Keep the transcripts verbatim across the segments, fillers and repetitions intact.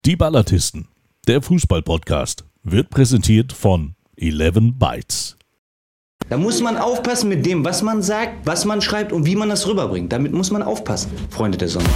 Die Ballatisten, der Fußball-Podcast, wird präsentiert von Eleven Bytes. Da muss man aufpassen mit dem, was man sagt, was man schreibt und wie man das rüberbringt. Damit muss man aufpassen, Freunde der Sonne.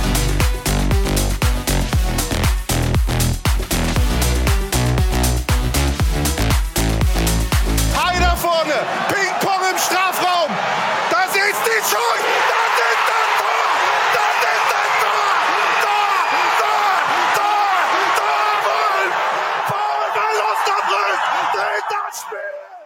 Einer vorne, Ping-Pong im Strafraum. Das ist die Chance. Das ist das Tor. Das ist das Tor. Tor, Tor, Tor, Tor, Tor. Paul von Osnabrück dreht das Spiel.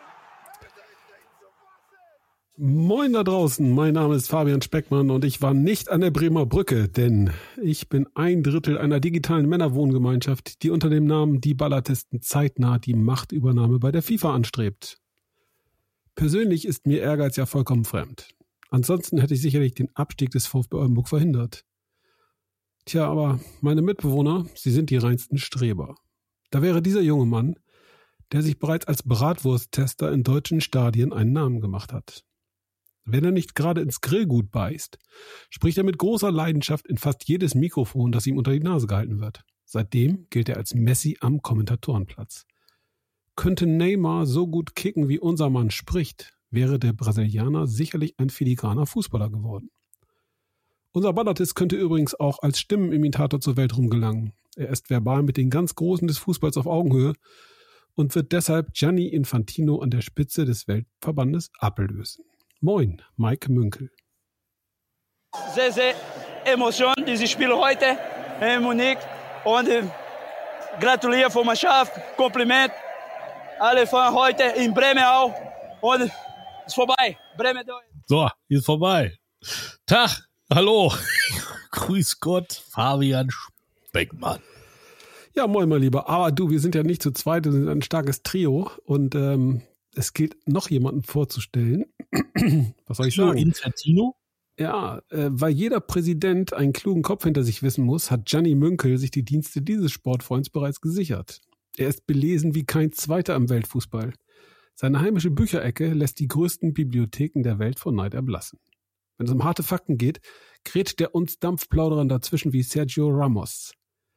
Moin da draußen, mein Name ist Fabian Speckmann und ich war nicht an der Bremer Brücke, denn ich bin ein Drittel einer digitalen Männerwohngemeinschaft, die unter dem Namen Die Ballatisten zeitnah die Machtübernahme bei der FIFA anstrebt. Persönlich ist mir Ehrgeiz ja vollkommen fremd. Ansonsten hätte ich sicherlich den Abstieg des VfB Oldenburg verhindert. Tja, aber meine Mitbewohner, sie sind die reinsten Streber. Da wäre dieser junge Mann, der sich bereits als Bratwursttester in deutschen Stadien einen Namen gemacht hat. Wenn er nicht gerade ins Grillgut beißt, spricht er mit großer Leidenschaft in fast jedes Mikrofon, das ihm unter die Nase gehalten wird. Seitdem gilt er als Messi am Kommentatorenplatz. Könnte Neymar so gut kicken, wie unser Mann spricht, wäre der Brasilianer sicherlich ein filigraner Fußballer geworden. Unser Ballatist könnte übrigens auch als Stimmenimitator zur Welt rumgelangen. Er ist verbal mit den ganz Großen des Fußballs auf Augenhöhe und wird deshalb Gianni Infantino an der Spitze des Weltverbandes ablösen. Moin, Mike Münkel. Sehr, sehr Emotion, dieses Spiel heute in Munich. Und äh, gratuliere für Mannschaft, Kompliment. Alle von heute in Bremen auch. Und ist vorbei. Bremen. So, ist vorbei. Tag, hallo. Grüß Gott, Fabian Speckmann. Ja, moin mal lieber. Aber du, wir sind ja nicht zu zweit, wir sind ein starkes Trio. Und ähm, es gilt noch jemanden vorzustellen. Was soll ich sagen? Infantino? Ja, äh, weil jeder Präsident einen klugen Kopf hinter sich wissen muss, hat Gianni Münkel sich die Dienste dieses Sportfreunds bereits gesichert. Er ist belesen wie kein Zweiter am Weltfußball. Seine heimische Bücherecke lässt die größten Bibliotheken der Welt vor Neid erblassen. Wenn es um harte Fakten geht, grätscht der uns Dampfplauderern dazwischen wie Sergio Ramos.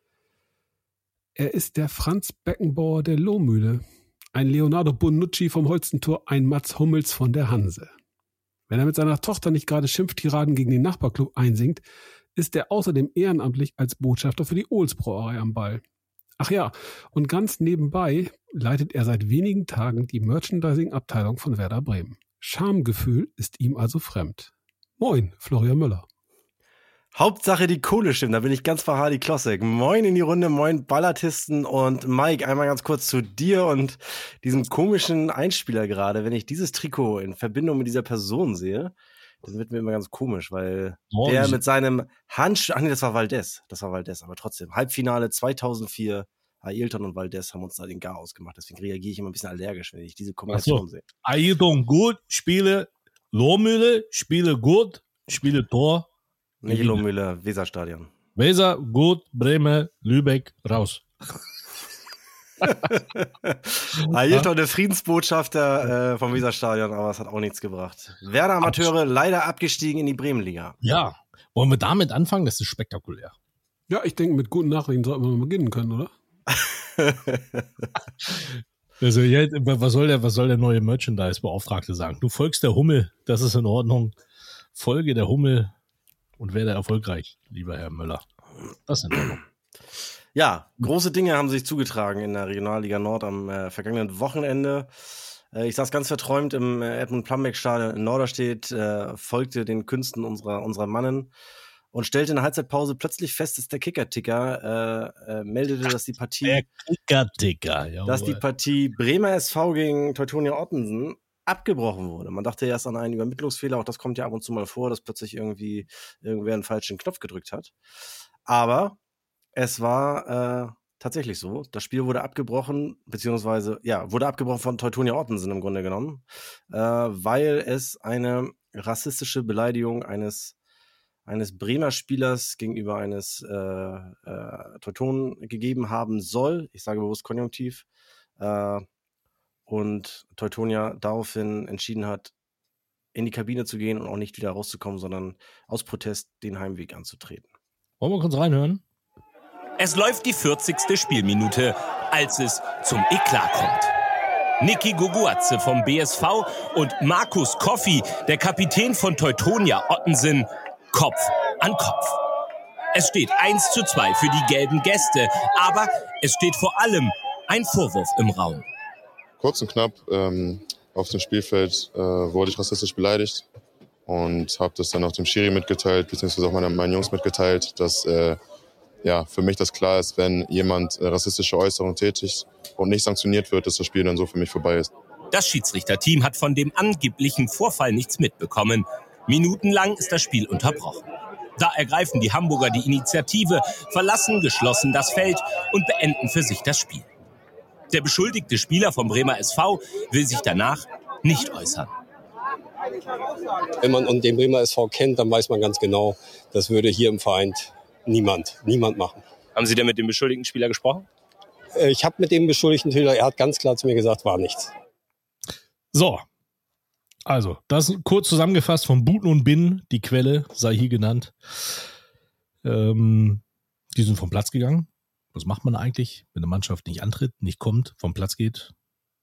Er ist der Franz Beckenbauer der Lohmühle, ein Leonardo Bonucci vom Holstentor, ein Mats Hummels von der Hanse. Wenn er mit seiner Tochter nicht gerade Schimpftiraden gegen den Nachbarclub einsingt, ist er außerdem ehrenamtlich als Botschafter für die Ohls Brauerei am Ball. Ach ja, und ganz nebenbei leitet er seit wenigen Tagen die Merchandising-Abteilung von Werder Bremen. Schamgefühl ist ihm also fremd. Moin, Florian Müller. Hauptsache die Kohle stimmt, da bin ich ganz bei Hardy Klossek. Moin in die Runde, moin Ballatisten und Mike, einmal ganz kurz zu dir und diesem komischen Einspieler gerade. Wenn ich dieses Trikot in Verbindung mit dieser Person sehe, das wird mir immer ganz komisch, weil oh, der mit seinem Handschuh, ach nee, das war Valdez, das war Valdez, aber trotzdem, Halbfinale zweitausendvier, Ailton und Valdez haben uns da den Gar ausgemacht, deswegen reagiere ich immer ein bisschen allergisch, wenn ich diese Kombination so sehe. Ailton gut, Spiele Lohmühle, Spiele gut, Spiele Tor. Nicht Lohmühle, Weserstadion. Weser, gut, Bremen, Lübeck, raus. Ailton, der Friedensbotschafter äh, vom Weserstadion, aber es hat auch nichts gebracht. Werder Amateure leider abgestiegen in die Bremenliga. Ja, wollen wir damit anfangen? Das ist spektakulär. Ja, ich denke, mit guten Nachrichten sollten wir mal beginnen können, oder? Also, ja, was soll der, was soll der neue Merchandise-Beauftragte sagen? Du folgst der Hummel, das ist in Ordnung. Folge der Hummel und werde erfolgreich, lieber Herr Müller. Das ist in Ordnung. Ja, große Dinge haben sich zugetragen in der Regionalliga Nord am äh, vergangenen Wochenende. Äh, ich saß ganz verträumt im äh, Edmund-Plambeck-Stadion in Norderstedt, äh, folgte den Künsten unserer, unserer Mannen und stellte in der Halbzeitpause plötzlich fest, dass der Kicker-Ticker äh, äh, meldete, dass die Partie der Kicker-Ticker, jawohl. dass die Partie Bremer S V gegen Teutonia Ottensen abgebrochen wurde. Man dachte erst an einen Übermittlungsfehler, auch das kommt ja ab und zu mal vor, dass plötzlich irgendwie irgendwer einen falschen Knopf gedrückt hat. Aber es war äh, tatsächlich so. Das Spiel wurde abgebrochen, beziehungsweise, ja, wurde abgebrochen von Teutonia Ottensen im Grunde genommen, äh, weil es eine rassistische Beleidigung eines eines Bremer Spielers gegenüber eines äh, äh, Teutonen gegeben haben soll. Ich sage bewusst Konjunktiv. Äh, und Teutonia daraufhin entschieden hat, in die Kabine zu gehen und auch nicht wieder rauszukommen, sondern aus Protest den Heimweg anzutreten. Wollen wir kurz reinhören? Es läuft die vierzigste Spielminute, als es zum Eklat kommt. Niki Guguatze vom B S V und Markus Koffi, der Kapitän von Teutonia Ottensen, Kopf an Kopf. Es steht eins zu zwei für die gelben Gäste, aber es steht vor allem ein Vorwurf im Raum. Kurz und knapp, ähm, auf dem Spielfeld äh, wurde ich rassistisch beleidigt und habe das dann auch dem Schiri mitgeteilt, beziehungsweise auch meinen, meinen Jungs mitgeteilt, dass äh, ja, für mich das klar ist, wenn jemand äh, rassistische Äußerungen tätigt und nicht sanktioniert wird, dass das Spiel dann so für mich vorbei ist. Das Schiedsrichterteam hat von dem angeblichen Vorfall nichts mitbekommen. Minutenlang ist das Spiel unterbrochen. Da ergreifen die Hamburger die Initiative, verlassen geschlossen das Feld und beenden für sich das Spiel. Der beschuldigte Spieler vom Bremer S V will sich danach nicht äußern. Wenn man den Bremer S V kennt, dann weiß man ganz genau, das würde hier im Verein niemand, niemand machen. Haben Sie denn mit dem beschuldigten Spieler gesprochen? Ich habe mit dem beschuldigten Spieler, er hat ganz klar zu mir gesagt, war nichts. So, also, das kurz zusammengefasst von Buten und Bin, die Quelle sei hier genannt. Ähm, die sind vom Platz gegangen. Was macht man eigentlich, wenn eine Mannschaft nicht antritt, nicht kommt, vom Platz geht?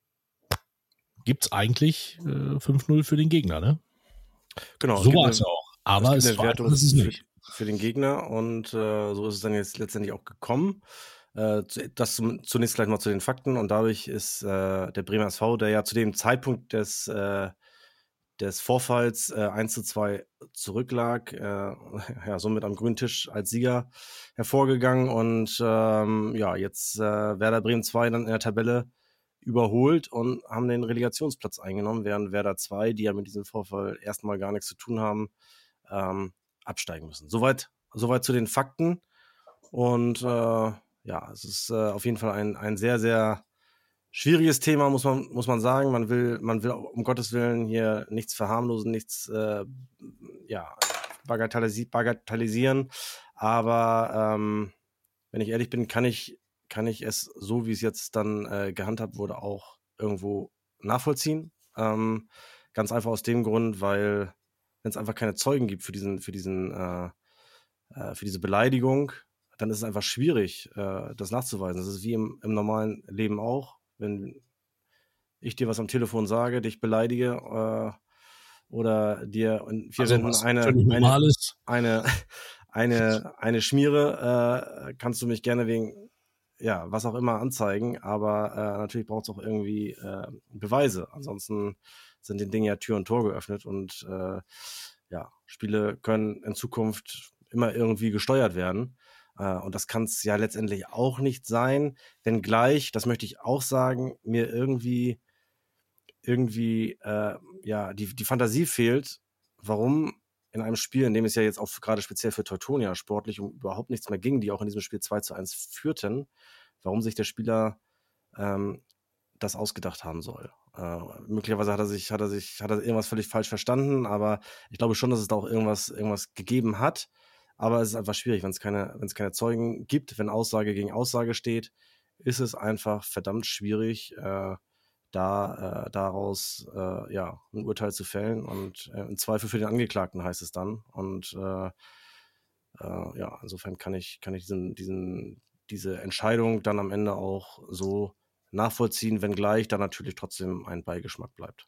Gibt's eigentlich äh, fünf null für den Gegner, ne? Genau. So war es ja auch. Aber es es gibt eine war Wertung es für, nicht. für den Gegner und äh, so ist es dann jetzt letztendlich auch gekommen. Äh, das zum, zunächst gleich mal zu den Fakten und dadurch ist äh, der Bremer S V, der ja zu dem Zeitpunkt des, äh, des Vorfalls äh, eins zu zwei zurücklag, äh, ja, somit am grünen Tisch als Sieger hervorgegangen und ähm, ja, jetzt äh, Werder Bremen zwei dann in der Tabelle überholt und haben den Relegationsplatz eingenommen, während Werder zwei, die ja mit diesem Vorfall erstmal gar nichts zu tun haben, ähm, absteigen müssen. Soweit, soweit zu den Fakten und äh, ja, es ist äh, auf jeden Fall ein, ein sehr, sehr schwieriges Thema, muss man, muss man sagen. Man will, man will um Gottes Willen hier nichts verharmlosen, nichts äh, ja, bagatellisi- bagatellisieren. Aber ähm, wenn ich ehrlich bin, kann ich, kann ich es, so wie es jetzt dann äh, gehandhabt wurde, auch irgendwo nachvollziehen. Ähm, ganz einfach aus dem Grund, weil wenn es einfach keine Zeugen gibt für diesen, für diesen, äh, äh, für diese Beleidigung, dann ist es einfach schwierig, äh, das nachzuweisen. Das ist wie im, im normalen Leben auch. Wenn ich dir was am Telefon sage, dich beleidige äh, oder dir in vier Also Wänden was eine, völlig eine, normal ist. eine, eine, eine schmiere, äh, kannst du mich gerne wegen, ja, was auch immer anzeigen, aber äh, natürlich braucht es auch irgendwie äh, Beweise. Ansonsten sind den Dingen ja Tür und Tor geöffnet und äh, ja, Spiele können in Zukunft immer irgendwie gesteuert werden. Und das kann es ja letztendlich auch nicht sein, wenngleich, das möchte ich auch sagen, mir irgendwie, irgendwie äh, ja, die, die Fantasie fehlt, warum in einem Spiel, in dem es ja jetzt auch gerade speziell für Teutonia sportlich um überhaupt nichts mehr ging, die auch in diesem Spiel zwei zu eins führten, warum sich der Spieler ähm, das ausgedacht haben soll. Äh, möglicherweise hat er sich, hat er sich, hat er irgendwas völlig falsch verstanden, aber ich glaube schon, dass es da auch irgendwas, irgendwas gegeben hat. Aber es ist einfach schwierig, wenn es keine, wenn es keine Zeugen gibt, wenn Aussage gegen Aussage steht, ist es einfach verdammt schwierig, äh, da äh, daraus äh, ja ein Urteil zu fällen. Und äh, im Zweifel für den Angeklagten heißt es dann. Und äh, äh, ja, insofern kann ich, kann ich diesen, diesen, diese Entscheidung dann am Ende auch so nachvollziehen, wenngleich da natürlich trotzdem ein Beigeschmack bleibt.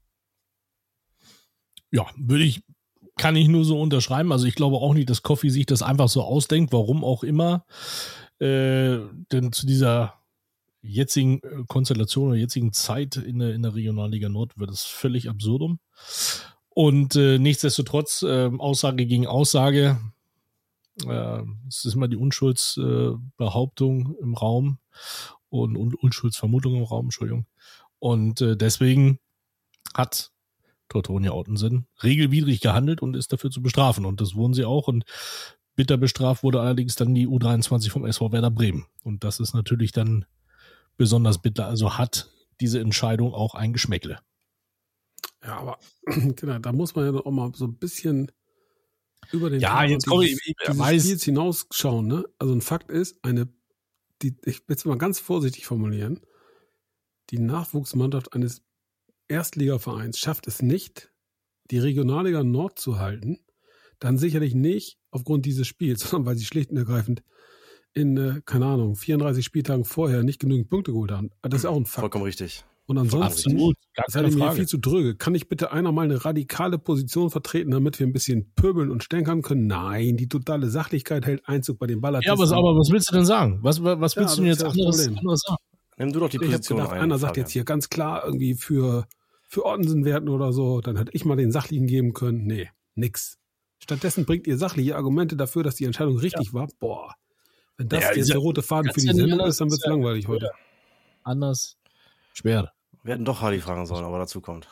Ja, würde ich. Kann ich nur so unterschreiben. Also ich glaube auch nicht, dass Koffi sich das einfach so ausdenkt, warum auch immer. Äh, denn zu dieser jetzigen Konstellation oder jetzigen Zeit in der, in der Regionalliga Nord wird es völlig absurdum. Und äh, nichtsdestotrotz, äh, Aussage gegen Aussage, äh, es ist immer die Unschuldsbehauptung äh, im Raum und, und Unschuldsvermutung im Raum, Entschuldigung. Und äh, deswegen hat Teutonia Ottensen regelwidrig gehandelt und ist dafür zu bestrafen. Und das wurden sie auch. Und bitter bestraft wurde allerdings dann die U dreiundzwanzig vom S V Werder Bremen. Und das ist natürlich dann besonders bitter. Also hat diese Entscheidung auch ein Geschmäckle. Ja, aber genau, da muss man ja auch mal so ein bisschen über den ja, jetzt komme ich, ich dieses weiß. Spiels hinausschauen. Ne? Also ein Fakt ist, eine, die, ich will es mal ganz vorsichtig formulieren, die Nachwuchsmannschaft eines Erstligavereins schafft es nicht, die Regionalliga Nord zu halten, dann sicherlich nicht aufgrund dieses Spiels, sondern weil sie schlicht und ergreifend in, äh, keine Ahnung, vierunddreißig Spieltagen vorher nicht genügend Punkte geholt haben. Das ist auch ein Fakt. Vollkommen richtig. Und ansonsten, Absolut, gar seid keine ihr mir Frage. viel zu dröge. Kann ich bitte einer mal eine radikale Position vertreten, damit wir ein bisschen pöbeln und stänkern können? Nein, die totale Sachlichkeit hält Einzug bei den Ballatisten. Ja, aber, aber was willst du denn sagen? Was, was willst Ja, du denn das ist jetzt ja das anderes, Problem. anderes sagen? Nimm du doch die Ich habe Position gedacht, ein. einer sagt Fabian. jetzt hier ganz klar irgendwie für, für Ottensen werten oder so. Dann hätte ich mal den Sachlichen geben können. Nee, nix. Stattdessen bringt ihr sachliche Argumente dafür, dass die Entscheidung richtig war. Boah, wenn das Ja, jetzt ist ja- der rote Faden für kannst die ja nicht Sendung anders- ist, dann wird's ist ja- langweilig heute. Anders schwer. Wir hätten doch Hardy fragen sollen, aber dazu kommt.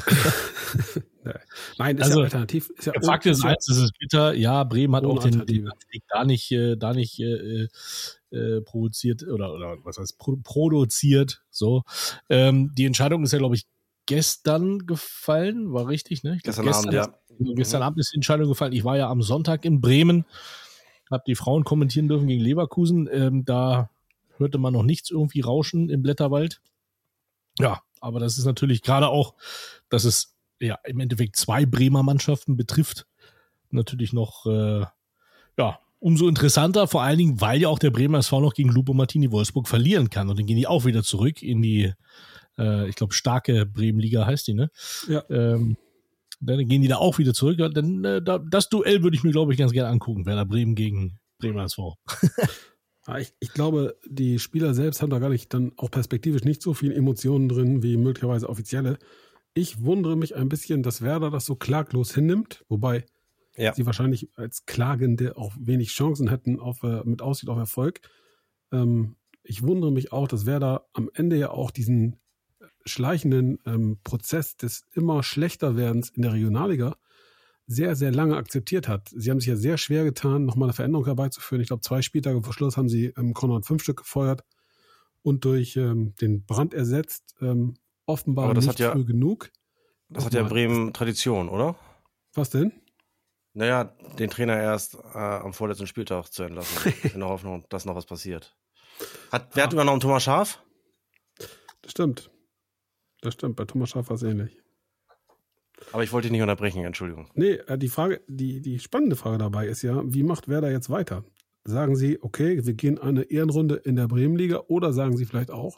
Nein, ist Also, ja alternativ. Ist ja Der Fakt ist eins, es ist bitter. Ja, Bremen hat Ohne auch den, den Alternative. Abstieg da nicht, äh, da nicht äh, äh, provoziert oder, oder was heißt pro, produziert. So. Ähm, die Entscheidung ist ja, glaube ich, gestern gefallen, war richtig, ne? Ich glaub, Gestern Abend, ja. Ist, gestern Abend ist die Entscheidung gefallen. Ich war ja am Sonntag in Bremen, habe die Frauen kommentieren dürfen gegen Leverkusen. Ähm, da hörte man noch nichts irgendwie rauschen im Blätterwald. Ja, aber das ist natürlich gerade auch, dass es ja im Endeffekt zwei Bremer Mannschaften betrifft, natürlich noch äh, ja, umso interessanter, vor allen Dingen, weil ja auch der Bremer S V noch gegen Lupo Martini Wolfsburg verlieren kann und dann gehen die auch wieder zurück in die, äh, ich glaube, starke Bremenliga heißt die, ne? Ja. Ähm, dann gehen die da auch wieder zurück. Denn äh, da, das Duell würde ich mir, glaube ich, ganz gerne angucken, Werder Bremen gegen Bremer S V. Ja, ich, ich glaube, die Spieler selbst haben da gar nicht dann auch perspektivisch nicht so viel Emotionen drin wie möglicherweise offizielle. Ich wundere mich ein bisschen, dass Werder das so klaglos hinnimmt, wobei Ja. sie wahrscheinlich als Klagende auch wenig Chancen hätten auf, äh, mit Aussicht auf Erfolg. Ähm, ich wundere mich auch, dass Werder am Ende ja auch diesen schleichenden ähm, Prozess des immer schlechter Werdens in der Regionalliga sehr, sehr lange akzeptiert hat. Sie haben sich ja sehr schwer getan, nochmal eine Veränderung herbeizuführen. Ich glaube, zwei Spieltage vor Schluss haben sie ähm, Konrad fünf Stück gefeuert und durch ähm, den Brand ersetzt. Ähm, offenbar Aber das nicht hat ja- früh genug. Das hat ja Nochmal. Bremen Tradition, oder? Was denn? Naja, den Trainer erst äh, am vorletzten Spieltag zu entlassen. in der Hoffnung, dass noch was passiert. Hat, wer hat übernommen? Thomas Schaaf? Das stimmt. Das stimmt. Bei Thomas Schaaf war es ähnlich. Aber ich wollte dich nicht unterbrechen, Entschuldigung. Nee, äh, die Frage, die, die spannende Frage dabei ist ja, wie macht Werder jetzt weiter? Sagen Sie, okay, wir gehen eine Ehrenrunde in der Bremenliga oder sagen Sie vielleicht auch,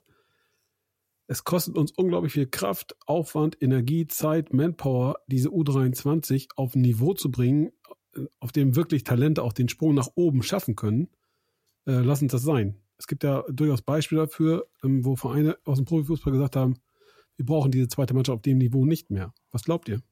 es kostet uns unglaublich viel Kraft, Aufwand, Energie, Zeit, Manpower, diese U dreiundzwanzig auf ein Niveau zu bringen, auf dem wirklich Talente auch den Sprung nach oben schaffen können. Äh, lass uns das sein. Es gibt ja durchaus Beispiele dafür, ähm, wo Vereine aus dem Profifußball gesagt haben, wir brauchen diese zweite Mannschaft auf dem Niveau nicht mehr. Was glaubt ihr?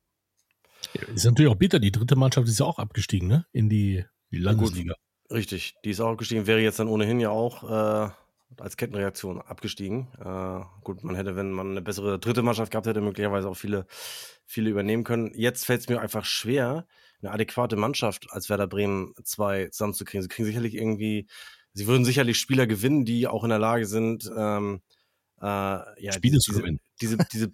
Ist natürlich auch bitter. Die dritte Mannschaft ist ja auch abgestiegen, ne? In die, die Landesliga. Richtig, die ist auch abgestiegen, wäre jetzt dann ohnehin ja auch äh, als Kettenreaktion abgestiegen. Äh, gut, man hätte, wenn man eine bessere dritte Mannschaft gehabt hätte, möglicherweise auch viele, viele übernehmen können. Jetzt fällt es mir einfach schwer, eine adäquate Mannschaft als Werder Bremen zwei zusammenzukriegen. Sie kriegen sicherlich irgendwie, sie würden sicherlich Spieler gewinnen, die auch in der Lage sind, ähm, äh, ja, Spiele diese, zu gewinnen. diese, diese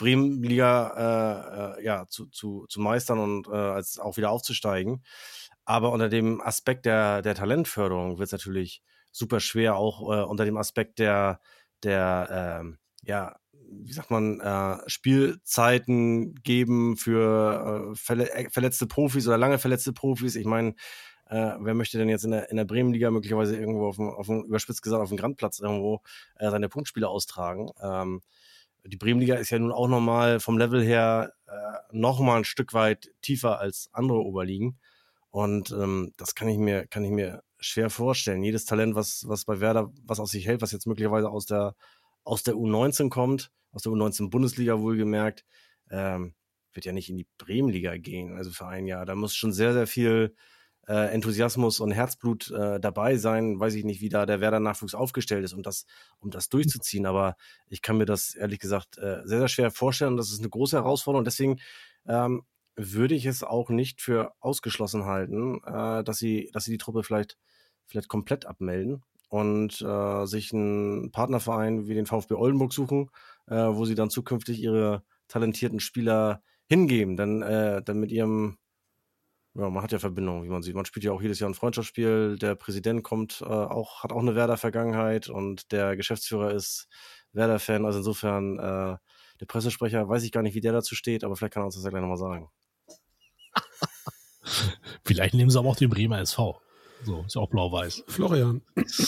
Bremenliga äh, äh, ja, zu, zu, zu meistern und äh, als auch wieder aufzusteigen. Aber unter dem Aspekt der, der Talentförderung wird es natürlich super schwer, auch äh, unter dem Aspekt der, der ähm, ja, wie sagt man, äh, Spielzeiten geben für äh, verle verletzte Profis oder lange verletzte Profis. Ich meine, äh, wer möchte denn jetzt in der, in der Bremenliga möglicherweise irgendwo auf dem, auf dem überspitzt gesagt, auf dem Grandplatz irgendwo äh, seine Punktspiele austragen? Ähm, die Bremenliga ist ja nun auch nochmal vom Level her äh, nochmal ein Stück weit tiefer als andere Oberligen. Und ähm, das kann ich mir, kann ich mir schwer vorstellen. Jedes Talent, was, was bei Werder was aus sich hält, was jetzt möglicherweise aus der, aus der U neunzehn kommt, aus der U neunzehn Bundesliga wohlgemerkt, ähm, wird ja nicht in die Bremenliga gehen, also für ein Jahr. Da muss schon sehr, sehr viel äh, Enthusiasmus und Herzblut äh, dabei sein. Weiß ich nicht, wie da der Werder-Nachwuchs aufgestellt ist, um das, um das durchzuziehen. Aber ich kann mir das ehrlich gesagt äh, sehr, sehr schwer vorstellen. Und das ist eine große Herausforderung. Deswegen ähm, würde ich es auch nicht für ausgeschlossen halten, äh, dass sie, dass sie die Truppe vielleicht, vielleicht komplett abmelden und äh, sich einen Partnerverein wie den VfB Oldenburg suchen, äh, wo sie dann zukünftig ihre talentierten Spieler hingeben. Denn, äh, dann mit ihrem, ja, man hat ja Verbindungen, wie man sieht. Man spielt ja auch jedes Jahr ein Freundschaftsspiel. Der Präsident kommt äh, auch, hat auch eine Werder-Vergangenheit und der Geschäftsführer ist Werder-Fan. Also insofern, äh, der Pressesprecher, weiß ich gar nicht, wie der dazu steht, aber vielleicht kann er uns das ja gleich nochmal sagen. Vielleicht nehmen sie aber auch den Bremer S V. So, ist auch blau-weiß. Florian.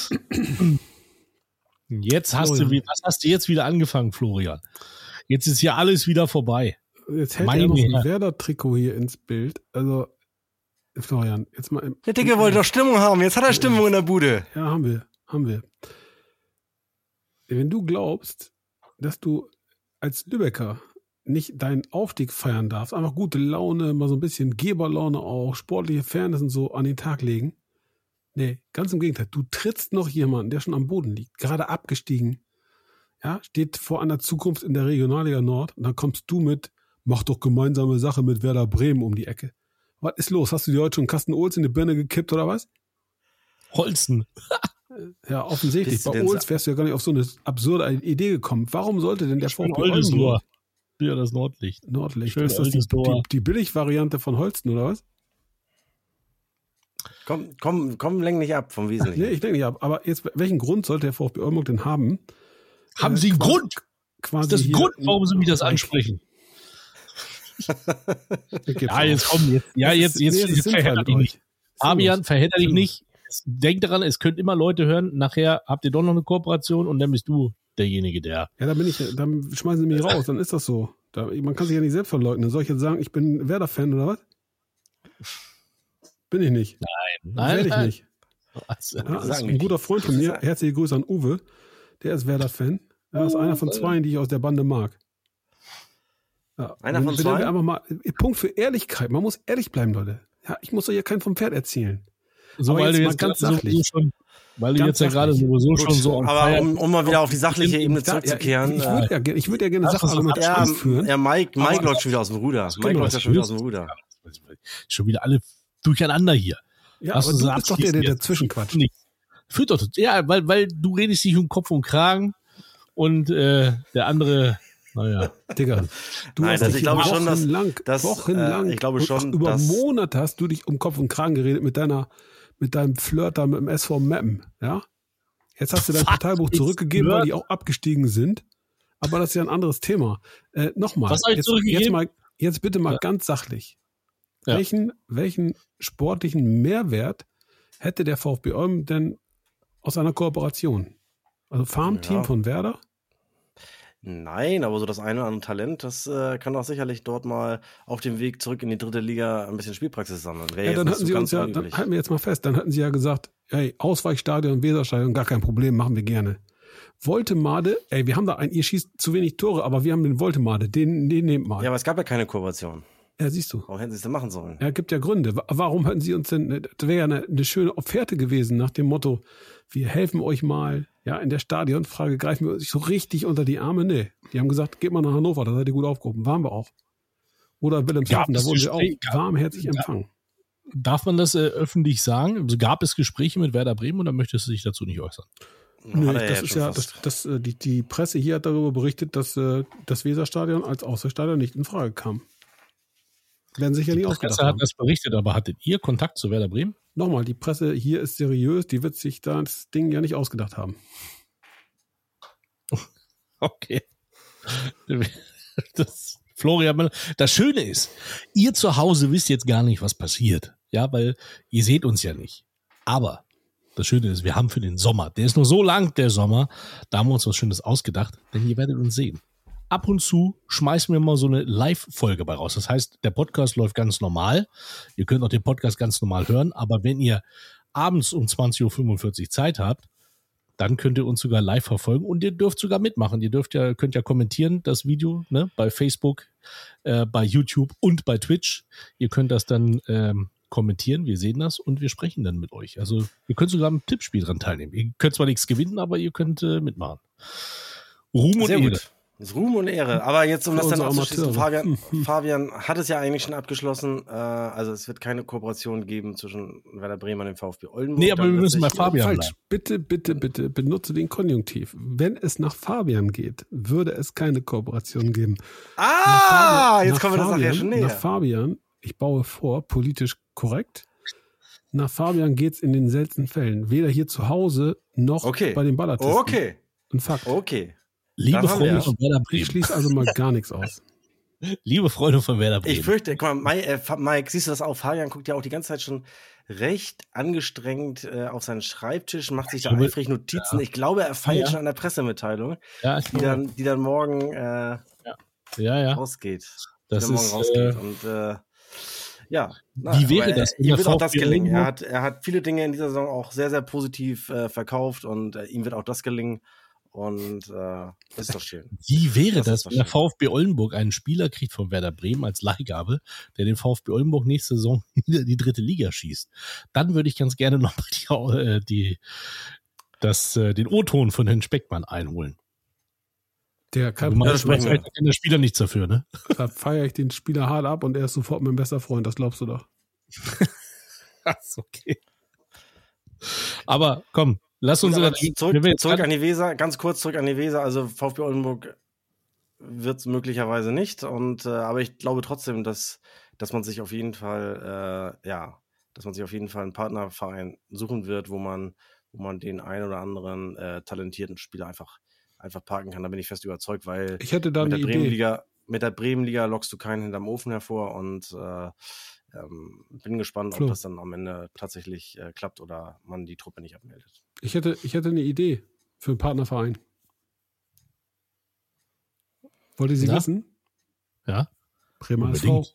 Jetzt hast Florian. du, wie- was hast du jetzt wieder angefangen, Florian? Jetzt ist hier alles wieder vorbei. Jetzt hält Meine er noch ein Herren. Werder-Trikot hier ins Bild. Also, Florian, jetzt mal im, Der Dicke wollte doch Stimmung haben. Jetzt hat er Stimmung in der Bude. Ja, haben wir, haben wir. Wenn du glaubst, dass du als Lübecker nicht deinen Aufstieg feiern darfst, einfach gute Laune, mal so ein bisschen Geberlaune auch, sportliche Fairness und so an den Tag legen. Nee, ganz im Gegenteil. Du trittst noch jemanden, der schon am Boden liegt, gerade abgestiegen, ja, steht vor einer Zukunft in der Regionalliga Nord und dann kommst du mit, mach doch gemeinsame Sache mit Werder Bremen um die Ecke. Was ist los? Hast du dir heute schon Carsten Ohlz in die Birne gekippt oder was? Holsten. Ja, offensichtlich. Bist du Bei denn Ohlz wärst du ja gar nicht auf so eine absurde Idee gekommen. Warum sollte denn der Schön VfB Oldesloe. Oldenburg Ja, das Nordlicht. Nordlicht? Schön Ist das die, Oldesloe. die, die Billigvariante von Holsten oder was? Komm, komm, komm, lenk nicht ab vom Wesentlichen. Nee, ich denke nicht ab. Aber jetzt, welchen Grund sollte der VfB Oldenburg denn haben? Haben Äh, Sie einen quasi- Grund? Quasi Ist das ein hier- Grund, warum Sie mich das ansprechen? Gibt's Ja, auch. jetzt komm, jetzt, ja, Das jetzt, ist- jetzt, nee, das ist jetzt sinnvoll verhedder mit dich euch. nicht. Fabian, Sinnlos. verhedder dich Sinnlos. nicht. Denk daran, es können immer Leute hören, nachher habt ihr doch noch eine Kooperation und dann bist du derjenige, der. Ja, da bin ich, dann schmeißen sie mich raus, dann ist das so. Da, man kann sich ja nicht selbst verleugnen. Soll ich jetzt sagen, ich bin Werder-Fan oder was? Bin ich nicht. Nein, Werde ich nein. nicht. Also, Ja, das ist Sagen ein nicht. guter Freund von mir. Herzliche Grüße an Uwe. Der ist Werder-Fan. Er ist einer von zwei, die ich aus der Bande mag. Ja, Einer wenn- von wenn zwei? wir einfach mal, Punkt für Ehrlichkeit. Man muss ehrlich bleiben, Leute. Ja, ich muss euch ja keinen vom Pferd erzählen. so, aber weil jetzt du mal jetzt ganz gerade sachlich. sowieso schon, weil du Ganz jetzt ja gerade sachlich. sowieso Gut, schon so am aber Feiern- um, um mal wieder auf die sachliche Ebene Da- ja, zurückzukehren. ich äh, würde ja, gerne- ich würd ja gerne Lass uns doch Sachargumente ja, anführen. ja, Mike, Mike Aber- läuft schon wieder aus dem Ruder. können Mike wir läuft das ja schon wieder aus lösen. dem Ruder. Schon wieder alle durcheinander hier. Ja, Lass aber uns du das bist doch der, der abschließen dazwischen jetzt. quatscht. Nicht. Führt doch, ja, weil, weil du redest dich um Kopf und Kragen und äh, der andere, naja. Digga, du Nein, hast also dich ich glaube schon, dass- wochenlang, dass, wochenlang äh, ich glaube und schon, auch über dass- Monate hast du dich um Kopf und Kragen geredet mit deiner, mit deinem Flirt da mit dem S V Meppen, ja? Jetzt hast du dein Was Parteibuch ist zurückgegeben, Flirt? weil die auch abgestiegen sind. Aber das ist ja ein anderes Thema. Äh, Nochmal, Was hab ich jetzt, zurückgegeben? jetzt, mal, jetzt bitte mal Ja. ganz sachlich. Ja. Welchen, welchen sportlichen Mehrwert hätte der VfB Olm denn aus einer Kooperation? Also Farmteam Ja. von Werder? Nein, aber so das eine oder andere Talent, das äh, kann auch sicherlich dort mal auf dem Weg zurück in die dritte Liga ein bisschen Spielpraxis sammeln. Wäre Ja, jetzt dann nicht hatten so sie ganz uns ja, dann unüblich. halten wir jetzt mal fest, dann hatten sie ja gesagt, hey, Ausweichstadion, Weserstadion, gar kein Problem, machen wir gerne. Woltemade, ey, wir haben da ein, ihr schießt zu wenig Tore, aber wir haben den Woltemade, den, den nehmt mal. Ja, aber es gab ja keine Kooperation. Ja, siehst du. Warum hätten sie es denn machen sollen? Ja, gibt ja Gründe. Wa- Warum hätten sie uns denn, das wäre ja eine, eine schöne Offerte gewesen, nach dem Motto, wir helfen euch mal, ja, in der Stadionfrage greifen wir euch so richtig unter die Arme. Nee, die haben gesagt, geht mal nach Hannover, da seid ihr gut aufgehoben. Waren wir auch. Oder Wilhelmshaven, Gab da es wurden wir auch Gespräch- gab- warmherzig gab- empfangen. Darf man das äh, öffentlich sagen? Also gab es Gespräche mit Werder Bremen oder möchtest du dich dazu nicht äußern? Nö, Hat er das ja ist schon ja, fast. das, das, äh, die, die Presse hier hat darüber berichtet, dass äh, das Weserstadion als Ausweichstadion nicht in Frage kam. Werden sich ja nie Die ausgedacht Presse hat haben. das berichtet, aber hattet ihr Kontakt zu Werder Bremen? Nochmal, die Presse hier ist seriös, die wird sich das Ding ja nicht ausgedacht haben. Okay. Das, Florian, das Schöne ist, ihr zu Hause wisst jetzt gar nicht, was passiert. Ja, weil ihr seht uns ja nicht. Aber das Schöne ist, wir haben für den Sommer, der ist nur so lang, der Sommer, da haben wir uns was Schönes ausgedacht, denn ihr werdet uns sehen. Ab und zu schmeißen wir mal so eine Live-Folge bei raus. Das heißt, der Podcast läuft ganz normal. Ihr könnt auch den Podcast ganz normal hören, aber wenn ihr abends um zwanzig Uhr fünfundvierzig Zeit habt, dann könnt ihr uns sogar live verfolgen und ihr dürft sogar mitmachen. Ihr dürft ja, könnt ja kommentieren, das Video, ne, bei Facebook, äh, bei YouTube und bei Twitch. Ihr könnt das dann ähm, kommentieren, wir sehen das und wir sprechen dann mit euch. Also ihr könnt sogar am Tippspiel dran teilnehmen. Ihr könnt zwar nichts gewinnen, aber ihr könnt äh, mitmachen. Ruhm und Sehr Ehre. gut. Das ist Ruhm und Ehre. Aber jetzt, um Für das dann unsere abzuschließen, Amateure. Fabian, Fabian hat es ja eigentlich schon abgeschlossen. Äh, also es wird keine Kooperation geben zwischen Werder Bremen und dem VfB Oldenburg. Nee, aber Dann wir müssen bei letztlich- Fabian Falsch. bleiben. Bitte, bitte, bitte benutze den Konjunktiv. Wenn es nach Fabian geht, würde es keine Kooperation geben. Ah, Nach jetzt kommen wir das nachher Fabian- schon Nach näher. Fabian, ich baue vor, politisch korrekt. Nach Fabian geht es in den seltensten Fällen. Weder hier zu Hause noch Okay. bei den Ballartisten. Okay, Ein Fakt. okay. Liebe Dann haben Freunde wir- von Werder Ich Bremen. schließe also mal gar nichts aus. Liebe Freunde von Werder Bremen. Ich fürchte, guck mal, Mike, äh, Mike, siehst du das auch? Fabian guckt ja auch die ganze Zeit schon recht angestrengt äh, auf seinen Schreibtisch, macht sich da glaube, eifrig Notizen. ja. Ich glaube, er feilt Ja. schon an der Pressemitteilung, Ja, ich die glaube, dann, die dann morgen äh, ja, ja. rausgeht. Das die dann morgen ist, rausgeht. äh, Und äh, ja, Wie wäre aber, das, äh, wenn Ihm der wird auch das VfB gelingen. Er Oldenburg- hat, er hat viele Dinge in dieser Saison auch sehr, sehr positiv äh, verkauft und äh, ihm wird auch das gelingen. Und äh, das ist doch schön. Wie wäre Das das, ist doch wenn der schön. VfB Oldenburg einen Spieler kriegt von Werder Bremen als Leihgabe, der den VfB Oldenburg nächste Saison wieder in die dritte Liga schießt? Dann würde ich ganz gerne noch mal die, äh, die, das, äh, den O-Ton von Herrn Speckmann einholen. Der kann, Du meinst, Ja, das sprechen wir. da kann der Spieler nichts dafür, ne? da feiere ich den Spieler hart ab und er ist sofort mein bester Freund, das glaubst du doch. Ist okay. Aber komm, lass uns Aber in der- zurück, wenn wir jetzt zurück gerade- an die Weser, ganz kurz zurück an die Weser. Also VfB Oldenburg wird es möglicherweise nicht. Und äh, aber ich glaube trotzdem, dass, dass man sich auf jeden Fall, äh, ja, dass man sich auf jeden Fall einen Partnerverein suchen wird, wo man, wo man den einen oder anderen äh, talentierten Spieler einfach, einfach parken kann. Da bin ich fest überzeugt, weil Ich hätte da mit eine der Idee. Bremenliga, mit der Bremenliga lockst du keinen hinterm Ofen hervor und äh, ähm, bin gespannt, Flo. ob das dann am Ende tatsächlich äh, klappt oder man die Truppe nicht abmeldet. Ich hätte, ich hätte eine Idee für einen Partnerverein. Wollt ihr sie Na? wissen? Ja, Bremer S V. unbedingt.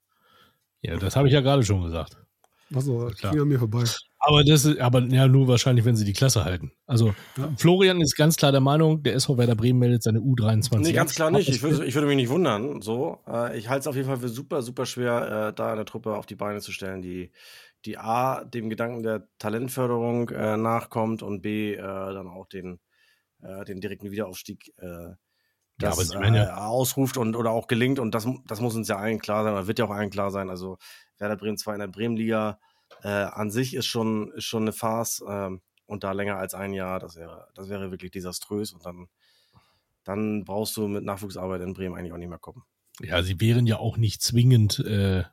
Ja, das habe ich ja gerade schon gesagt. Achso, Klar. ging an mir vorbei. Aber das ist, aber ja, nur wahrscheinlich, wenn sie die Klasse halten. Also, Ja. Florian ist ganz klar der Meinung, der S V Werder Bremen meldet seine U dreiundzwanzig. Nee, ganz klar ab. nicht. Ich würde, ich würde mich nicht wundern. So, äh, ich halte es auf jeden Fall für super, super schwer, äh, da eine Truppe auf die Beine zu stellen, die, die A, dem Gedanken der Talentförderung äh, nachkommt und B, äh, dann auch den, äh, den direkten Wiederaufstieg äh, das, aber sie werden äh, ja- ausruft und oder auch gelingt. Und das, das muss uns ja allen klar sein, oder wird ja auch allen klar sein. Also Werder Bremen zwar in der Bremenliga äh, an sich ist schon, ist schon eine Farce ähm, und da länger als ein Jahr, das wäre, das wäre wirklich desaströs und dann dann brauchst du mit Nachwuchsarbeit in Bremen eigentlich auch nicht mehr kommen. Ja, sie wären ja auch nicht zwingend, äh,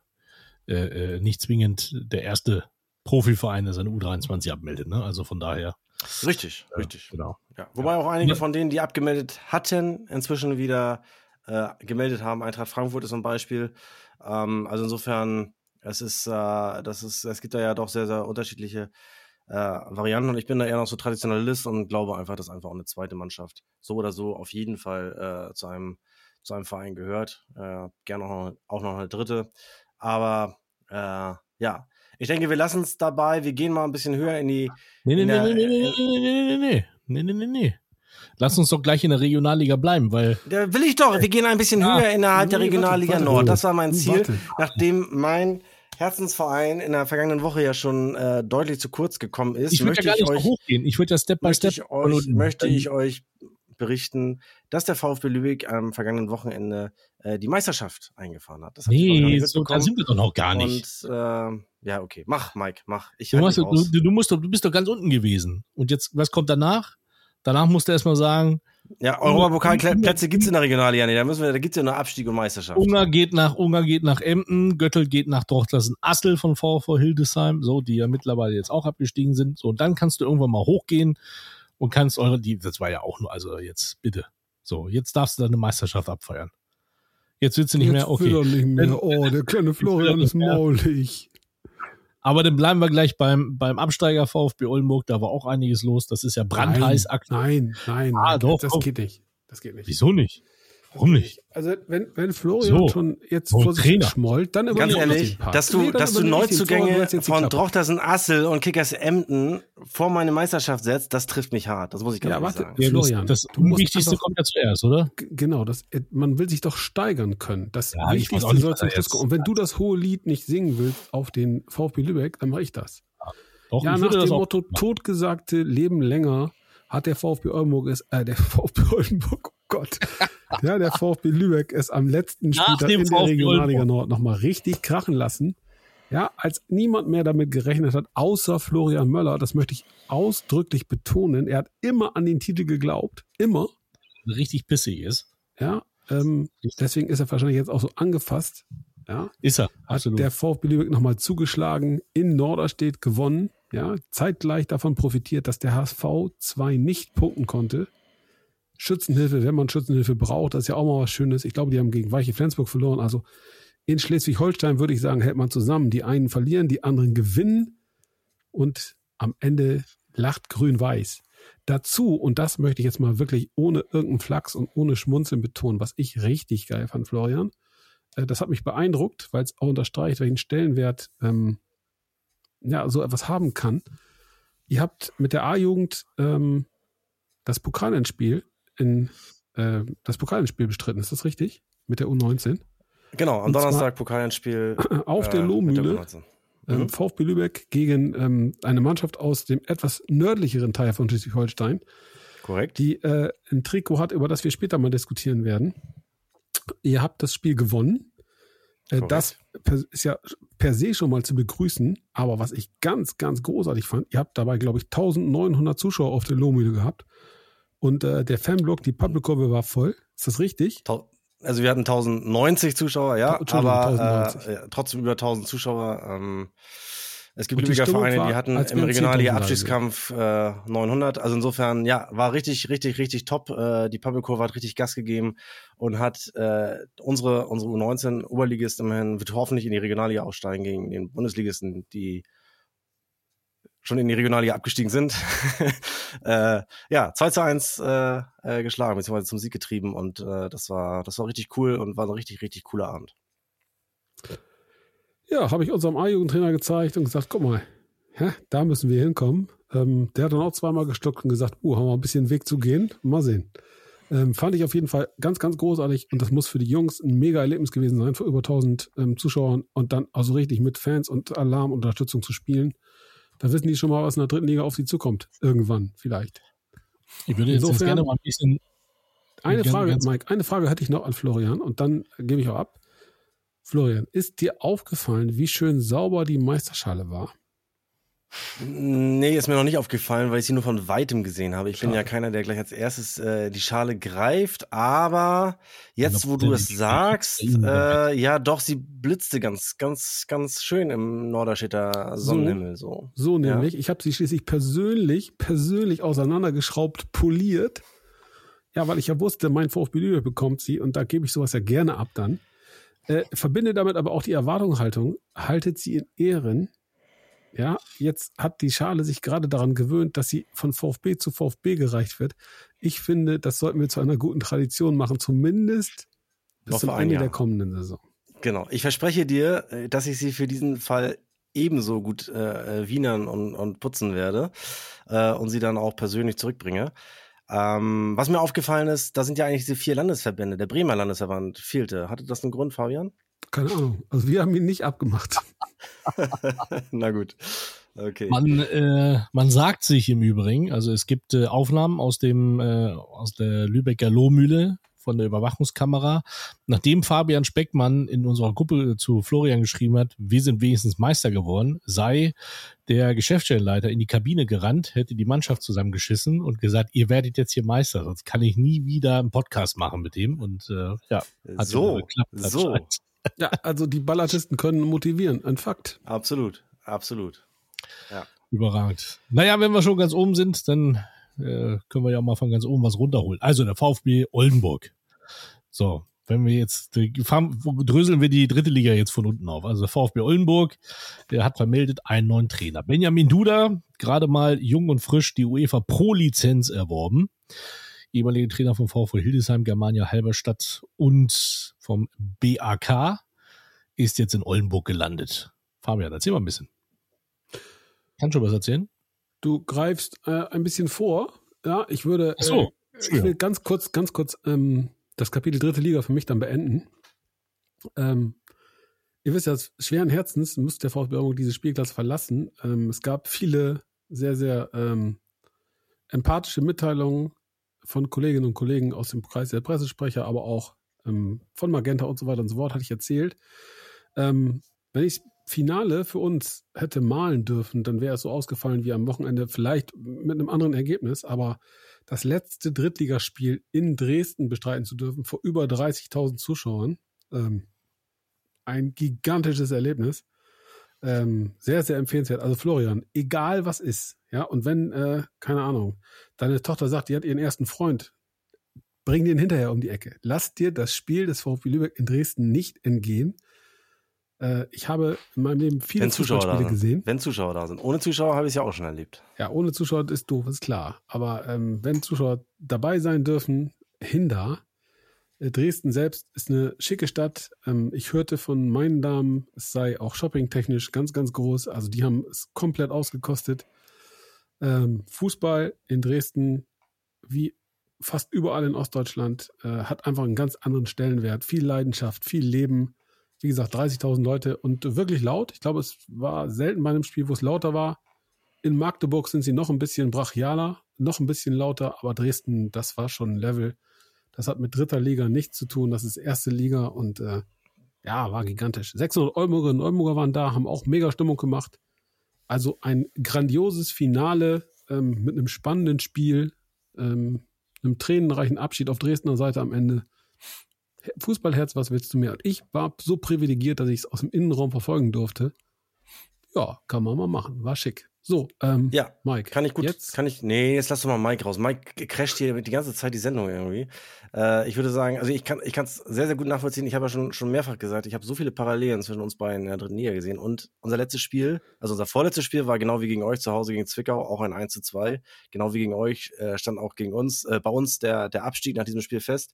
äh, äh, nicht zwingend der erste Profiverein, der seine U dreiundzwanzig abmeldet. Ne? Also von daher. Richtig, Ja, richtig. Genau. Ja. Wobei auch einige Ja. von denen, die abgemeldet hatten, inzwischen wieder äh, gemeldet haben. Eintracht Frankfurt ist ein Beispiel. Ähm, also insofern, es ist, äh, das ist, es gibt da ja doch sehr, sehr unterschiedliche äh, Varianten und ich bin da eher noch so Traditionalist und glaube einfach, dass einfach auch eine zweite Mannschaft so oder so auf jeden Fall äh, zu einem zu einem Verein gehört. Äh, gerne auch noch, auch noch eine dritte. Aber äh, ja, ich denke, wir lassen es dabei. Wir gehen mal ein bisschen höher in die. Nee, nee, in nee, der, nee, nee, nee, nee, nee, nee, nee, nee, nee, nee. Lass uns doch gleich in der Regionalliga bleiben, weil Da will ich doch. Wir gehen ein bisschen Ja. höher innerhalb der Nee, Regionalliga warte, warte. Nord. Das war mein Ziel, Warte. nachdem mein Herzensverein in der vergangenen Woche ja schon äh, deutlich zu kurz gekommen ist. ich würde möchte ja gar ich nicht so euch, hochgehen. Ich würde ja Step by möchte Step. ich euch, möchte ich euch berichten, dass der VfB Lübeck am vergangenen Wochenende äh, die Meisterschaft eingefahren hat. Das habt ihr noch gar Nee, nicht so, da mitbekommen. sind wir doch noch gar nicht. Und äh, ja, okay, mach, Mike, mach. Ich Du, halte machst, mich raus. du, du, musst doch, du bist doch ganz unten gewesen. Und jetzt, was kommt danach? Danach musst du erstmal sagen, Ja, Europapokalplätze gibt's in der Regionalliga nicht. Da müssen wir, da gibt's ja nur Abstieg und Meisterschaft. Ungar geht nach Ungar geht nach Emden, Göttl geht nach Dortlassen Assel von VfV Hildesheim, so, die ja mittlerweile jetzt auch abgestiegen sind. So, und dann kannst du irgendwann mal hochgehen und kannst eure, die, das war ja auch nur, also jetzt bitte. So, jetzt darfst du deine Meisterschaft abfeiern. Jetzt willst du nicht Jetzt mehr, okay. will er nicht Wenn- mehr. Oh, der kleine Florian nicht ist mehr. maulig. Aber dann bleiben wir gleich beim, beim Absteiger VfB Oldenburg, da war auch einiges los. Das ist ja brandheiß aktuell. Nein, nein, Ah, nein, doch, das doch. geht nicht. Das geht nicht. Wieso nicht? Warum nicht? Also wenn, wenn Florian So. schon jetzt So ein vor sich Trainer. schmollt, dann Ganz übernehme ich ehrlich, den Part. dass du, Nee, dann dass du übernehme ich den. Florian, Neuzugänge du hältst jetzt die von Klappe. Drochtersen Assel und Kickers Emden vor meine Meisterschaft setzt, das trifft mich hart. Das muss ich ganz Ja, ehrlich warte. sagen. Ja, Florian, das das du musst Unwichtigste einfach- kommt ja zuerst, oder? G- Genau, das, äh, man will sich doch steigern können. Das Ja, ich weiß auch Wichtigste nicht, soll was zum er Schluss jetzt- kommen. Und wenn du das hohe Lied nicht singen willst auf den VfB Lübeck, dann mache ich das. Doch, Ja, ich nach würde das dem auch Motto machen. totgesagte Leben länger hat der VfB Oldenburg es, äh, der VfB Oldenburg, oh Gott, ja, der VfB Lübeck es am letzten Nach Spieltag dem in der VfB Regionalliga Oldenburg. Nord nochmal richtig krachen lassen. Ja, als niemand mehr damit gerechnet hat, außer Florian Möller, das möchte ich ausdrücklich betonen, er hat immer an den Titel geglaubt, immer, Richtig pissig ist. ja, ähm, deswegen ist er wahrscheinlich jetzt auch so angefasst, ja, Ist er, hat absolut. der VfB Lübeck nochmal zugeschlagen, in Norderstedt gewonnen, ja, zeitgleich davon profitiert, dass der H S V zwei nicht punkten konnte. Schützenhilfe, wenn man Schützenhilfe braucht, das ist ja auch mal was Schönes. Ich glaube, die haben gegen Weiche Flensburg verloren. Also in Schleswig-Holstein würde ich sagen, hält man zusammen. Die einen verlieren, die anderen gewinnen und am Ende lacht Grün-Weiß. Dazu, und das möchte ich jetzt mal wirklich ohne irgendeinen Flachs und ohne Schmunzeln betonen, was ich richtig geil fand, Florian, äh, das hat mich beeindruckt, weil es auch unterstreicht, welchen Stellenwert ähm, ja, so etwas haben kann. Ihr habt mit der A-Jugend ähm, das Pokalendspiel in äh, das Pokalendspiel bestritten, ist das richtig? Mit der U neunzehn? Genau, am Und Donnerstag Pokalendspiel. Auf der äh, Lohmühle. Ähm, Mhm. VfB Lübeck gegen ähm, eine Mannschaft aus dem etwas nördlicheren Teil von Schleswig-Holstein, Korrekt. die äh, ein Trikot hat, über das wir später mal diskutieren werden. Ihr habt das Spiel gewonnen. Äh, das per, ist ja per se schon mal zu begrüßen. Aber was ich ganz, ganz großartig fand, ihr habt dabei, glaube ich, eintausendneunhundert Zuschauer auf der Lohmühle gehabt. Und äh, der Fanblock, die Public-Kurve war voll. Ist das richtig? Tau- Also wir hatten tausendneunzig Zuschauer, ja, Entschuldigung, aber tausendneunzig. äh, trotzdem über tausend Zuschauer. Ähm, es gibt Und die Lübecker Stimmung Vereine, war, die hatten als im wären Regionalliga-Abstiegskampf äh, neunhundert. Also insofern, ja, war richtig, richtig, richtig top. Äh, die Public-Kurve hat richtig Gas gegeben und hat äh, unsere unsere U neunzehn Oberligist immerhin wird hoffentlich in die Regionalliga aufsteigen gegen den Bundesligisten, die schon in die Regionalliga abgestiegen sind. äh, ja, zwei zu eins äh, äh, geschlagen, beziehungsweise zum Sieg getrieben und äh, das war das war richtig cool und war ein richtig, richtig cooler Abend. Ja, habe ich unserem A-Jugendtrainer gezeigt und gesagt, guck mal, hä, da müssen wir hinkommen. Ähm, der hat dann auch zweimal gestockt und gesagt, uh, haben wir ein bisschen Weg zu gehen. Mal sehen. Ähm, fand ich auf jeden Fall ganz, ganz großartig und das muss für die Jungs ein mega Erlebnis gewesen sein, vor über tausend ähm, Zuschauern und dann also richtig mit Fans und Alarm und Unterstützung zu spielen. Da wissen die schon mal, was in der dritten Liga auf sie zukommt. Irgendwann vielleicht. Ich würde jetzt, jetzt gerne mal ein bisschen. Eine ganz- Frage, ganz- Mike, eine Frage hätte ich noch an Florian und dann gebe ich auch ab. Florian, ist dir aufgefallen, wie schön sauber die Meisterschale war? Nee, ist mir noch nicht aufgefallen, weil ich sie nur von Weitem gesehen habe. Ich bin Schade. ja keiner, der gleich als erstes äh, die Schale greift, aber jetzt, wo du es sagst, äh, ja doch, sie blitzte ganz, ganz, ganz schön im Norderstedter Sonnenhimmel. So, So Ja. nämlich. Ich habe sie schließlich persönlich, persönlich auseinandergeschraubt, poliert. Ja, weil ich ja wusste, mein VfB Lübeck bekommt sie und da gebe ich sowas ja gerne ab dann. Äh, verbinde damit aber auch die Erwartungshaltung, haltet sie in Ehren. Ja, jetzt hat die Schale sich gerade daran gewöhnt, dass sie von VfB zu VfB gereicht wird. Ich finde, das sollten wir zu einer guten Tradition machen, zumindest bis Noch zum für ein Ende Jahr. der kommenden Saison. Genau. Ich verspreche dir, äh, dass ich sie für diesen Fall ebenso gut äh, äh, wienern und, und putzen werde äh, und sie dann auch persönlich zurückbringe. Ähm, was mir aufgefallen ist, da sind ja eigentlich diese vier Landesverbände. Der Bremer Landesverband fehlte. Hatte das einen Grund, Fabian? Keine Ahnung. Also wir haben ihn nicht abgemacht. Na gut. Okay. Man, äh, man sagt sich im Übrigen, also es gibt äh, Aufnahmen aus dem äh, aus der Lübecker Lohmühle von der Überwachungskamera. Nachdem Fabian Speckmann in unserer Gruppe zu Florian geschrieben hat, wir sind wenigstens Meister geworden, sei der Geschäftsstellenleiter in die Kabine gerannt, hätte die Mannschaft zusammengeschissen und gesagt, ihr werdet jetzt hier Meister, sonst kann ich nie wieder einen Podcast machen mit dem. Und äh, ja, hat So, ja geklappt. so. anscheinend. Ja, also die Ballatisten können motivieren. Ein Fakt. Absolut, absolut. Ja. Überragend. Naja, wenn wir schon ganz oben sind, dann äh, können wir ja mal von ganz oben was runterholen. Also der VfB Oldenburg. So, wenn wir jetzt, die, fahren, dröseln wir die dritte Liga jetzt von unten auf. Also der VfB Oldenburg, der hat vermeldet einen neuen Trainer. Benjamin Duda, gerade mal jung und frisch die UEFA Pro-Lizenz erworben. Ehemaliger Trainer vom VfB Hildesheim, Germania Halberstadt und vom B A K ist jetzt in Oldenburg gelandet. Fabian, erzähl mal ein bisschen. Kannst du was erzählen? Du greifst äh, ein bisschen vor. Ja, ich würde. Ach so. Äh, ich will ganz kurz, ganz kurz ähm, das Kapitel dritte Liga für mich dann beenden. Ähm, ihr wisst ja, schweren Herzens müsste der VfB Oldenburg diese Spielklasse verlassen. Ähm, es gab viele sehr, sehr ähm, empathische Mitteilungen von Kolleginnen und Kollegen aus dem Kreis der Pressesprecher, aber auch ähm, von Magenta und so weiter und so fort, hatte ich erzählt. Ähm, wenn ich Finale für uns hätte malen dürfen, dann wäre es so ausgefallen wie am Wochenende, vielleicht mit einem anderen Ergebnis, aber das letzte Drittligaspiel in Dresden bestreiten zu dürfen, vor über dreißigtausend Zuschauern, ähm, ein gigantisches Erlebnis. Ähm, sehr, sehr empfehlenswert. Also Florian, egal was ist, ja, und wenn, äh, keine Ahnung, deine Tochter sagt, die hat ihren ersten Freund, bring den hinterher um die Ecke. Lass dir das Spiel des VfB Lübeck in Dresden nicht entgehen. Äh, ich habe in meinem Leben viele Wenn Zuschauer da Fußballspiele sind. gesehen. Wenn Zuschauer da sind. Ohne Zuschauer habe ich es ja auch schon erlebt. Ja, ohne Zuschauer ist doof, ist klar. Aber ähm, wenn Zuschauer dabei sein dürfen, hin da. Äh, Dresden selbst ist eine schicke Stadt. Ähm, ich hörte von meinen Damen, es sei auch shoppingtechnisch ganz, ganz groß. Also die haben es komplett ausgekostet. Ähm, Fußball in Dresden, wie fast überall in Ostdeutschland, äh, hat einfach einen ganz anderen Stellenwert. Viel Leidenschaft, viel Leben. Wie gesagt, dreißigtausend Leute und wirklich laut. Ich glaube, es war selten bei einem Spiel, wo es lauter war. In Magdeburg sind sie noch ein bisschen brachialer, noch ein bisschen lauter, aber Dresden, das war schon ein Level. Das hat mit dritter Liga nichts zu tun. Das ist erste Liga und äh, ja, war gigantisch. sechshundert Oldenburgerinnen und Oldenburger waren da, haben auch mega Stimmung gemacht. Also ein grandioses Finale ähm, mit einem spannenden Spiel, ähm, einem tränenreichen Abschied auf Dresdner Seite am Ende. Fußballherz, was willst du mehr? Und ich war so privilegiert, dass ich es aus dem Innenraum verfolgen durfte. Ja, kann man mal machen. War schick. So, ähm, ja, Mike. Kann ich gut, jetzt? kann ich, nee, jetzt lass doch mal Mike raus. Mike crasht hier die ganze Zeit die Sendung irgendwie. Äh, ich würde sagen, also ich kann ich kann es sehr, sehr gut nachvollziehen. Ich habe ja schon, schon mehrfach gesagt, ich habe so viele Parallelen zwischen uns beiden in der dritten Liga gesehen. Und unser letztes Spiel, also unser vorletztes Spiel war genau wie gegen euch zu Hause gegen Zwickau, auch ein eins zu zwei. Genau wie gegen euch äh, stand auch gegen uns, äh, bei uns der, der Abstieg nach diesem Spiel fest.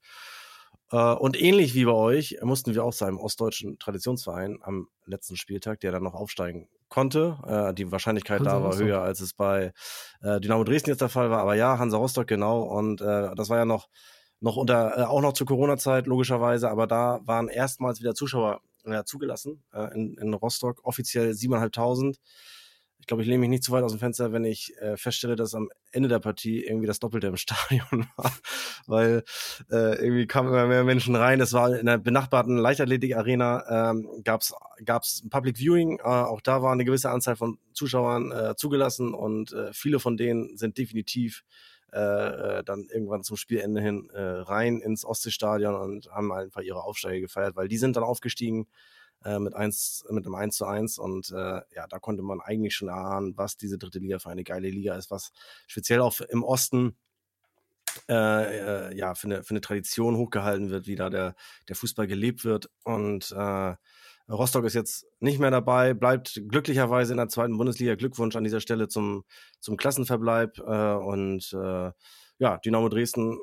Und ähnlich wie bei euch mussten wir auch zu einem ostdeutschen Traditionsverein am letzten Spieltag, der dann noch aufsteigen konnte. Die Wahrscheinlichkeit Hansa da war Rostock höher, als es bei Dynamo Dresden jetzt der Fall war. Aber ja, Hansa Rostock, genau. Und das war ja noch, noch unter, auch noch zur Corona-Zeit, logischerweise. Aber da waren erstmals wieder Zuschauer zugelassen in, in Rostock, offiziell siebentausendfünfhundert. Ich glaube, ich lehne mich nicht zu weit aus dem Fenster, wenn ich äh, feststelle, dass am Ende der Partie irgendwie das Doppelte im Stadion war, weil äh, irgendwie kamen immer mehr Menschen rein. Das war in der benachbarten Leichtathletik-Arena, ähm, gab's gab's ein Public Viewing, äh, auch da war eine gewisse Anzahl von Zuschauern äh, zugelassen und äh, viele von denen sind definitiv äh, dann irgendwann zum Spielende hin äh, rein ins Ostseestadion und haben einfach ihre Aufsteiger gefeiert, weil die sind dann aufgestiegen mit eins, mit einem eins zu eins und äh, ja, da konnte man eigentlich schon erahnen, was diese dritte Liga für eine geile Liga ist, was speziell auch im Osten äh, äh, ja, für eine, für eine Tradition hochgehalten wird, wie da der, der Fußball gelebt wird und äh, Rostock ist jetzt nicht mehr dabei, bleibt glücklicherweise in der zweiten Bundesliga. Glückwunsch an dieser Stelle zum, zum Klassenverbleib äh, und äh, ja, Dynamo Dresden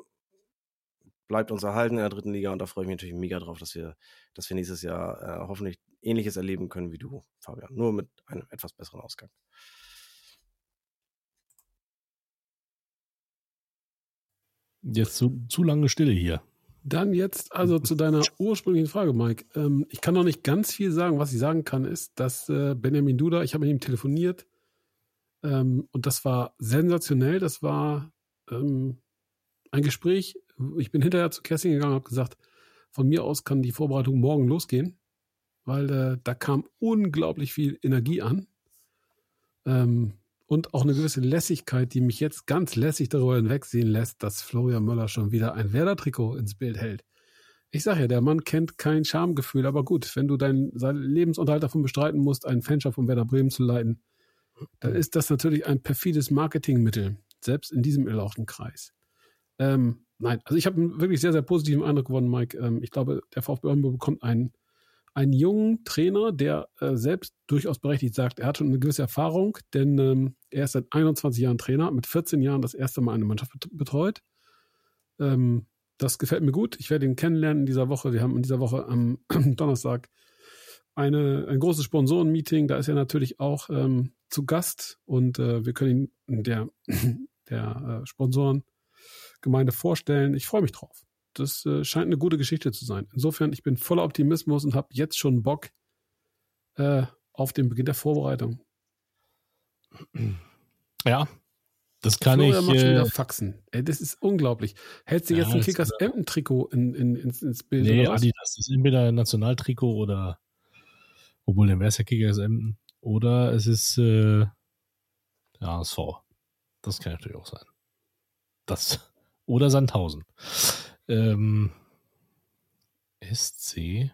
bleibt uns erhalten in der dritten Liga und da freue ich mich natürlich mega drauf, dass wir, dass wir nächstes Jahr äh, hoffentlich Ähnliches erleben können wie du, Fabian. Nur mit einem etwas besseren Ausgang. Jetzt zu, zu lange Stille hier. Dann jetzt also zu deiner ursprünglichen Frage, Mike. Ähm, ich kann noch nicht ganz viel sagen. Was ich sagen kann, ist, dass äh, Benjamin Duda, ich habe mit ihm telefoniert ähm, und das war sensationell. Das war ähm, ein Gespräch. Ich bin hinterher zu Kerstin gegangen und habe gesagt, von mir aus kann die Vorbereitung morgen losgehen, weil äh, da kam unglaublich viel Energie an ähm, und auch eine gewisse Lässigkeit, die mich jetzt ganz lässig darüber hinwegsehen lässt, dass Florian Möller schon wieder ein Werder-Trikot ins Bild hält. Ich sage ja, der Mann kennt kein Schamgefühl, aber gut, wenn du deinen Lebensunterhalt davon bestreiten musst, einen Fanshop von Werder Bremen zu leiten, dann ist das natürlich ein perfides Marketingmittel, selbst in diesem erlauchten Kreis. Ähm, Nein, also ich habe einen wirklich sehr, sehr positiven Eindruck gewonnen, Mike. Ähm, ich glaube, der VfB Oldenburg bekommt einen, einen jungen Trainer, der äh, selbst durchaus berechtigt sagt, er hat schon eine gewisse Erfahrung, denn ähm, er ist seit einundzwanzig Jahren Trainer, mit vierzehn Jahren das erste Mal eine Mannschaft betreut. Ähm, das gefällt mir gut. Ich werde ihn kennenlernen in dieser Woche. Wir haben in dieser Woche am Donnerstag eine, ein großes Sponsoren-Meeting. Da ist er natürlich auch ähm, zu Gast und äh, wir können ihn der, der äh, Sponsoren Gemeinde vorstellen. Ich freue mich drauf. Das äh, scheint eine gute Geschichte zu sein. Insofern, ich bin voller Optimismus und habe jetzt schon Bock äh, auf den Beginn der Vorbereitung. Ja, das kann Florian ich... macht schon äh, wieder Faxen. Ey, das ist unglaublich. Hältst du ja, jetzt ein das- Kickers-Emden-Trikot in, in, ins, ins Bild? Nee, oder was? Adidas, das ist entweder ein Nationaltrikot oder, obwohl, dann wäre es ja Kickers Emden, oder es ist äh, der H S V. Das kann natürlich auch sein. Das, oder Sandhausen. Ähm, S C.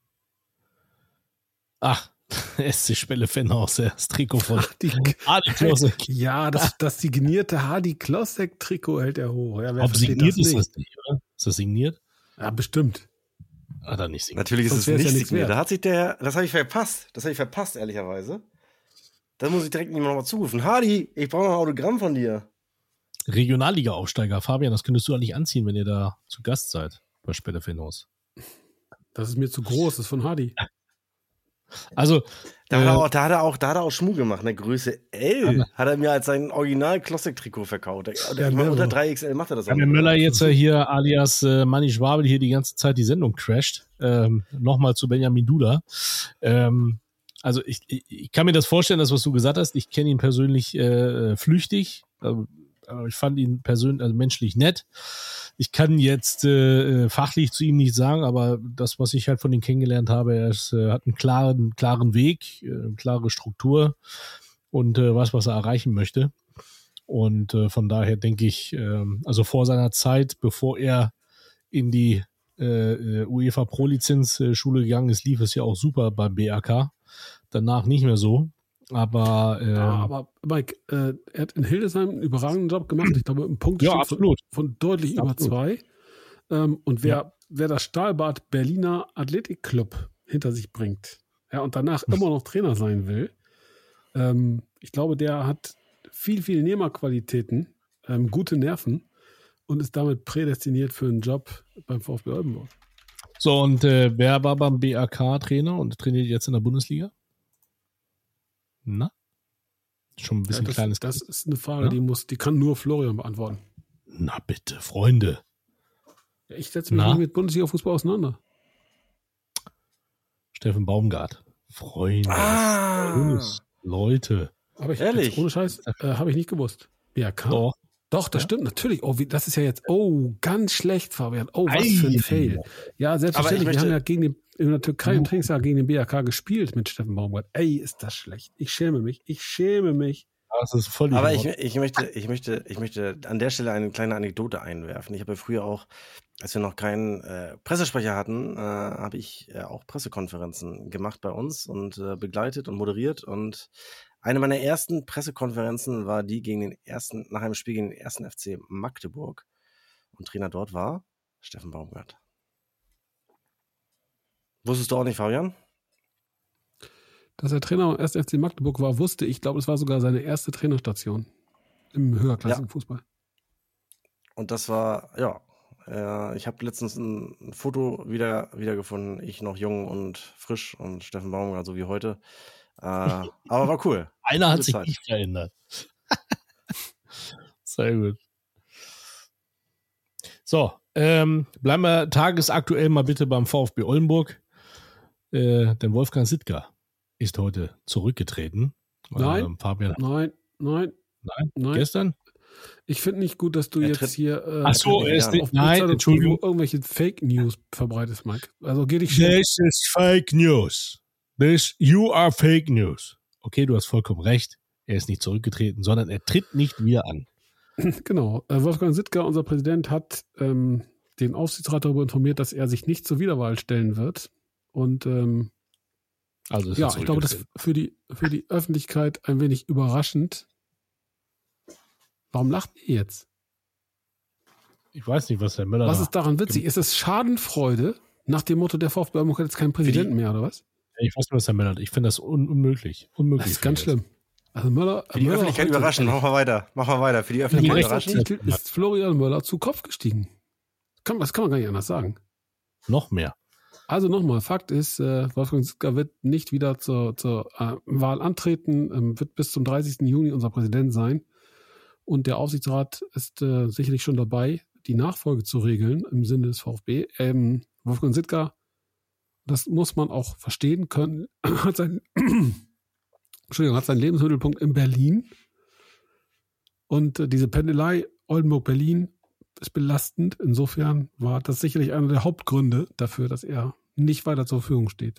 Ach, S C Spelle-Fennhaus, das Trikot von Die, Adi Klosek. ja, das, das signierte Hardy Klossek-Trikot hält er hoch. Ja, wer Ob versteht signiert das ist nicht? das nicht, oder? Ist das signiert? Ja, bestimmt. Hat er nicht signiert. Natürlich ist Sonst es wär's nicht ja nichts signiert. wert. Da hat sich der, das habe ich verpasst. Das habe ich verpasst, ehrlicherweise. Da muss ich direkt jemand nochmal zurufen. Hardy, ich brauche noch ein Autogramm von dir. Regionalliga-Aufsteiger. Fabian, das könntest du eigentlich anziehen, wenn ihr da zu Gast seid bei Später Fenhaus. Das ist mir zu groß, das ist von Hardy. Also, Da, hat er äh, auch, da, hat er auch, da hat er auch Schmuh gemacht. Eine Größe L hat er mir als sein Original-Klossek-Trikot verkauft. Der, der, Ja, unter drei X L macht er das auch. wenn Möller jetzt äh, hier alias äh, Manni Schwabel hier die ganze Zeit die Sendung crasht, ähm, nochmal zu Benjamin Duda. Ähm, also ich, ich, ich kann mir das vorstellen, das was du gesagt hast. Ich kenne ihn persönlich äh, flüchtig. Also, ich fand ihn persönlich, also menschlich nett. Ich kann jetzt äh, fachlich zu ihm nicht sagen, aber das, was ich halt von ihm kennengelernt habe, er ist, äh, hat einen klaren, klaren Weg, äh, eine klare Struktur und äh, weiß, was er erreichen möchte. Und äh, von daher denke ich, äh, also vor seiner Zeit, bevor er in die äh, UEFA Pro-Lizenz-Schule gegangen ist, lief es ja auch super beim B R K. Danach nicht mehr so. Aber, äh, ja, aber Mike, äh, er hat in Hildesheim einen überragenden Job gemacht. Ich glaube, im Punkt Ja, von, absolut. von deutlich Absolut. über zwei. Ähm, und wer, Ja. wer das Stahlbad Berliner Athletikclub hinter sich bringt, ja, und danach immer noch Trainer sein will, ähm, ich glaube, der hat viel, viel Nehmerqualitäten, ähm, gute Nerven und ist damit prädestiniert für einen Job beim VfB Oldenburg. so, und äh, wer war beim B R K Trainer und trainiert jetzt in der Bundesliga? Na? Schon ein bisschen Ja, das, kleines. das ist eine Frage, Ja? die muss, die kann nur Florian beantworten. Na bitte, Freunde. Ja, ich setze mich Na? nicht mit Bundesliga-Fußball auseinander. Steffen Baumgart. Freunde. Ah. Los, Leute. Aber ich Ehrlich? jetzt ohne Scheiß, äh, habe ich nicht gewusst. B R K? Doch. Doch, das Ja. stimmt, natürlich. Oh, wie, das ist ja jetzt, oh, ganz schlecht, Fabian. Oh, was Ei. für ein Fail. Ja, selbstverständlich. Aber ich Wir haben möchte- ja gegen den, in der Türkei im Trainingsjahr gegen den B R K gespielt mit Steffen Baumgart. Ey, ist das schlecht. Ich schäme mich. Ich schäme mich. Das ist völlig Aber in ich, Ordnung. ich, möchte, ich, möchte, ich möchte an der Stelle eine kleine Anekdote einwerfen. Ich habe ja früher auch, als wir noch keinen äh, Pressesprecher hatten, äh, habe ich äh, auch Pressekonferenzen gemacht bei uns und äh, begleitet und moderiert. Und eine meiner ersten Pressekonferenzen war die gegen den ersten, nach einem Spiel gegen den ersten F C Magdeburg. Und Trainer dort war Steffen Baumgart. Wusstest du auch nicht, Fabian? Dass er Trainer am ersten F C Magdeburg war, wusste ich. Ich glaube, es war sogar seine erste Trainerstation im höherklassigen Fußball. Und das war, ja, äh, ich habe letztens ein, ein Foto wieder wiedergefunden. Ich noch jung und frisch und Steffen Baumgart, so wie heute. Äh, aber war cool. Einer hat Gute sich Zeit. nicht verändert. Sehr gut. So, ähm, bleiben wir tagesaktuell mal bitte beim VfB Oldenburg. Äh, denn Wolfgang Sittger ist heute zurückgetreten. Nein. Ähm, Fabian, Nein, nein, nein, nein. gestern? Ich finde nicht gut, dass du Er jetzt tritt- hier äh, Ach so, er er ist auf nicht, auf nein, Bildzeitung Entschuldigung. irgendwelche Fake News verbreitest, Mike. Also geh dich schnell. This is fake news. This, you are fake news. Okay, du hast vollkommen recht. Er ist nicht zurückgetreten, sondern er tritt nicht wieder an. Genau. Äh, Wolfgang Sittger, unser Präsident, hat ähm, den Aufsichtsrat darüber informiert, dass er sich nicht zur Wiederwahl stellen wird. Und ähm, Also ist ja, er ich glaube, das ist zurückgetreten. für die, für die Öffentlichkeit ein wenig überraschend. Warum lacht ihr jetzt? Ich weiß nicht, was Herr Möller Was da- ist daran witzig? Ist es Schadenfreude nach dem Motto, der VfB Oldenburg hat jetzt keinen Präsidenten mehr, oder was? Ich weiß nicht, was Herr Möller hat. Ich finde das un unmöglich. Unmöglich. Das ist ganz finde ich schlimm. Also Möller, Für die Möller Öffentlichkeit heute- überraschen. Mach mal weiter. Mach mal weiter. Für die Im Öffentlichkeit Rechte- überraschen. Titel ist Florian Möller zu Kopf gestiegen. Kann, das kann man gar nicht anders sagen. das. Noch mehr. Also nochmal, Fakt ist, äh, Wolfgang Sittger wird nicht wieder zur, zur äh, Wahl antreten, ähm, wird bis zum dreißigsten Juni unser Präsident sein. Und der Aufsichtsrat ist äh, sicherlich schon dabei, die Nachfolge zu regeln im Sinne des VfB. Ähm, Wolfgang Sittger, das muss man auch verstehen können, hat sein, Entschuldigung, hat seinen Lebensmittelpunkt in Berlin. Und äh, diese Pendelei Oldenburg-Berlin ist belastend. Insofern war das sicherlich einer der Hauptgründe dafür, dass er nicht weiter zur Verfügung steht.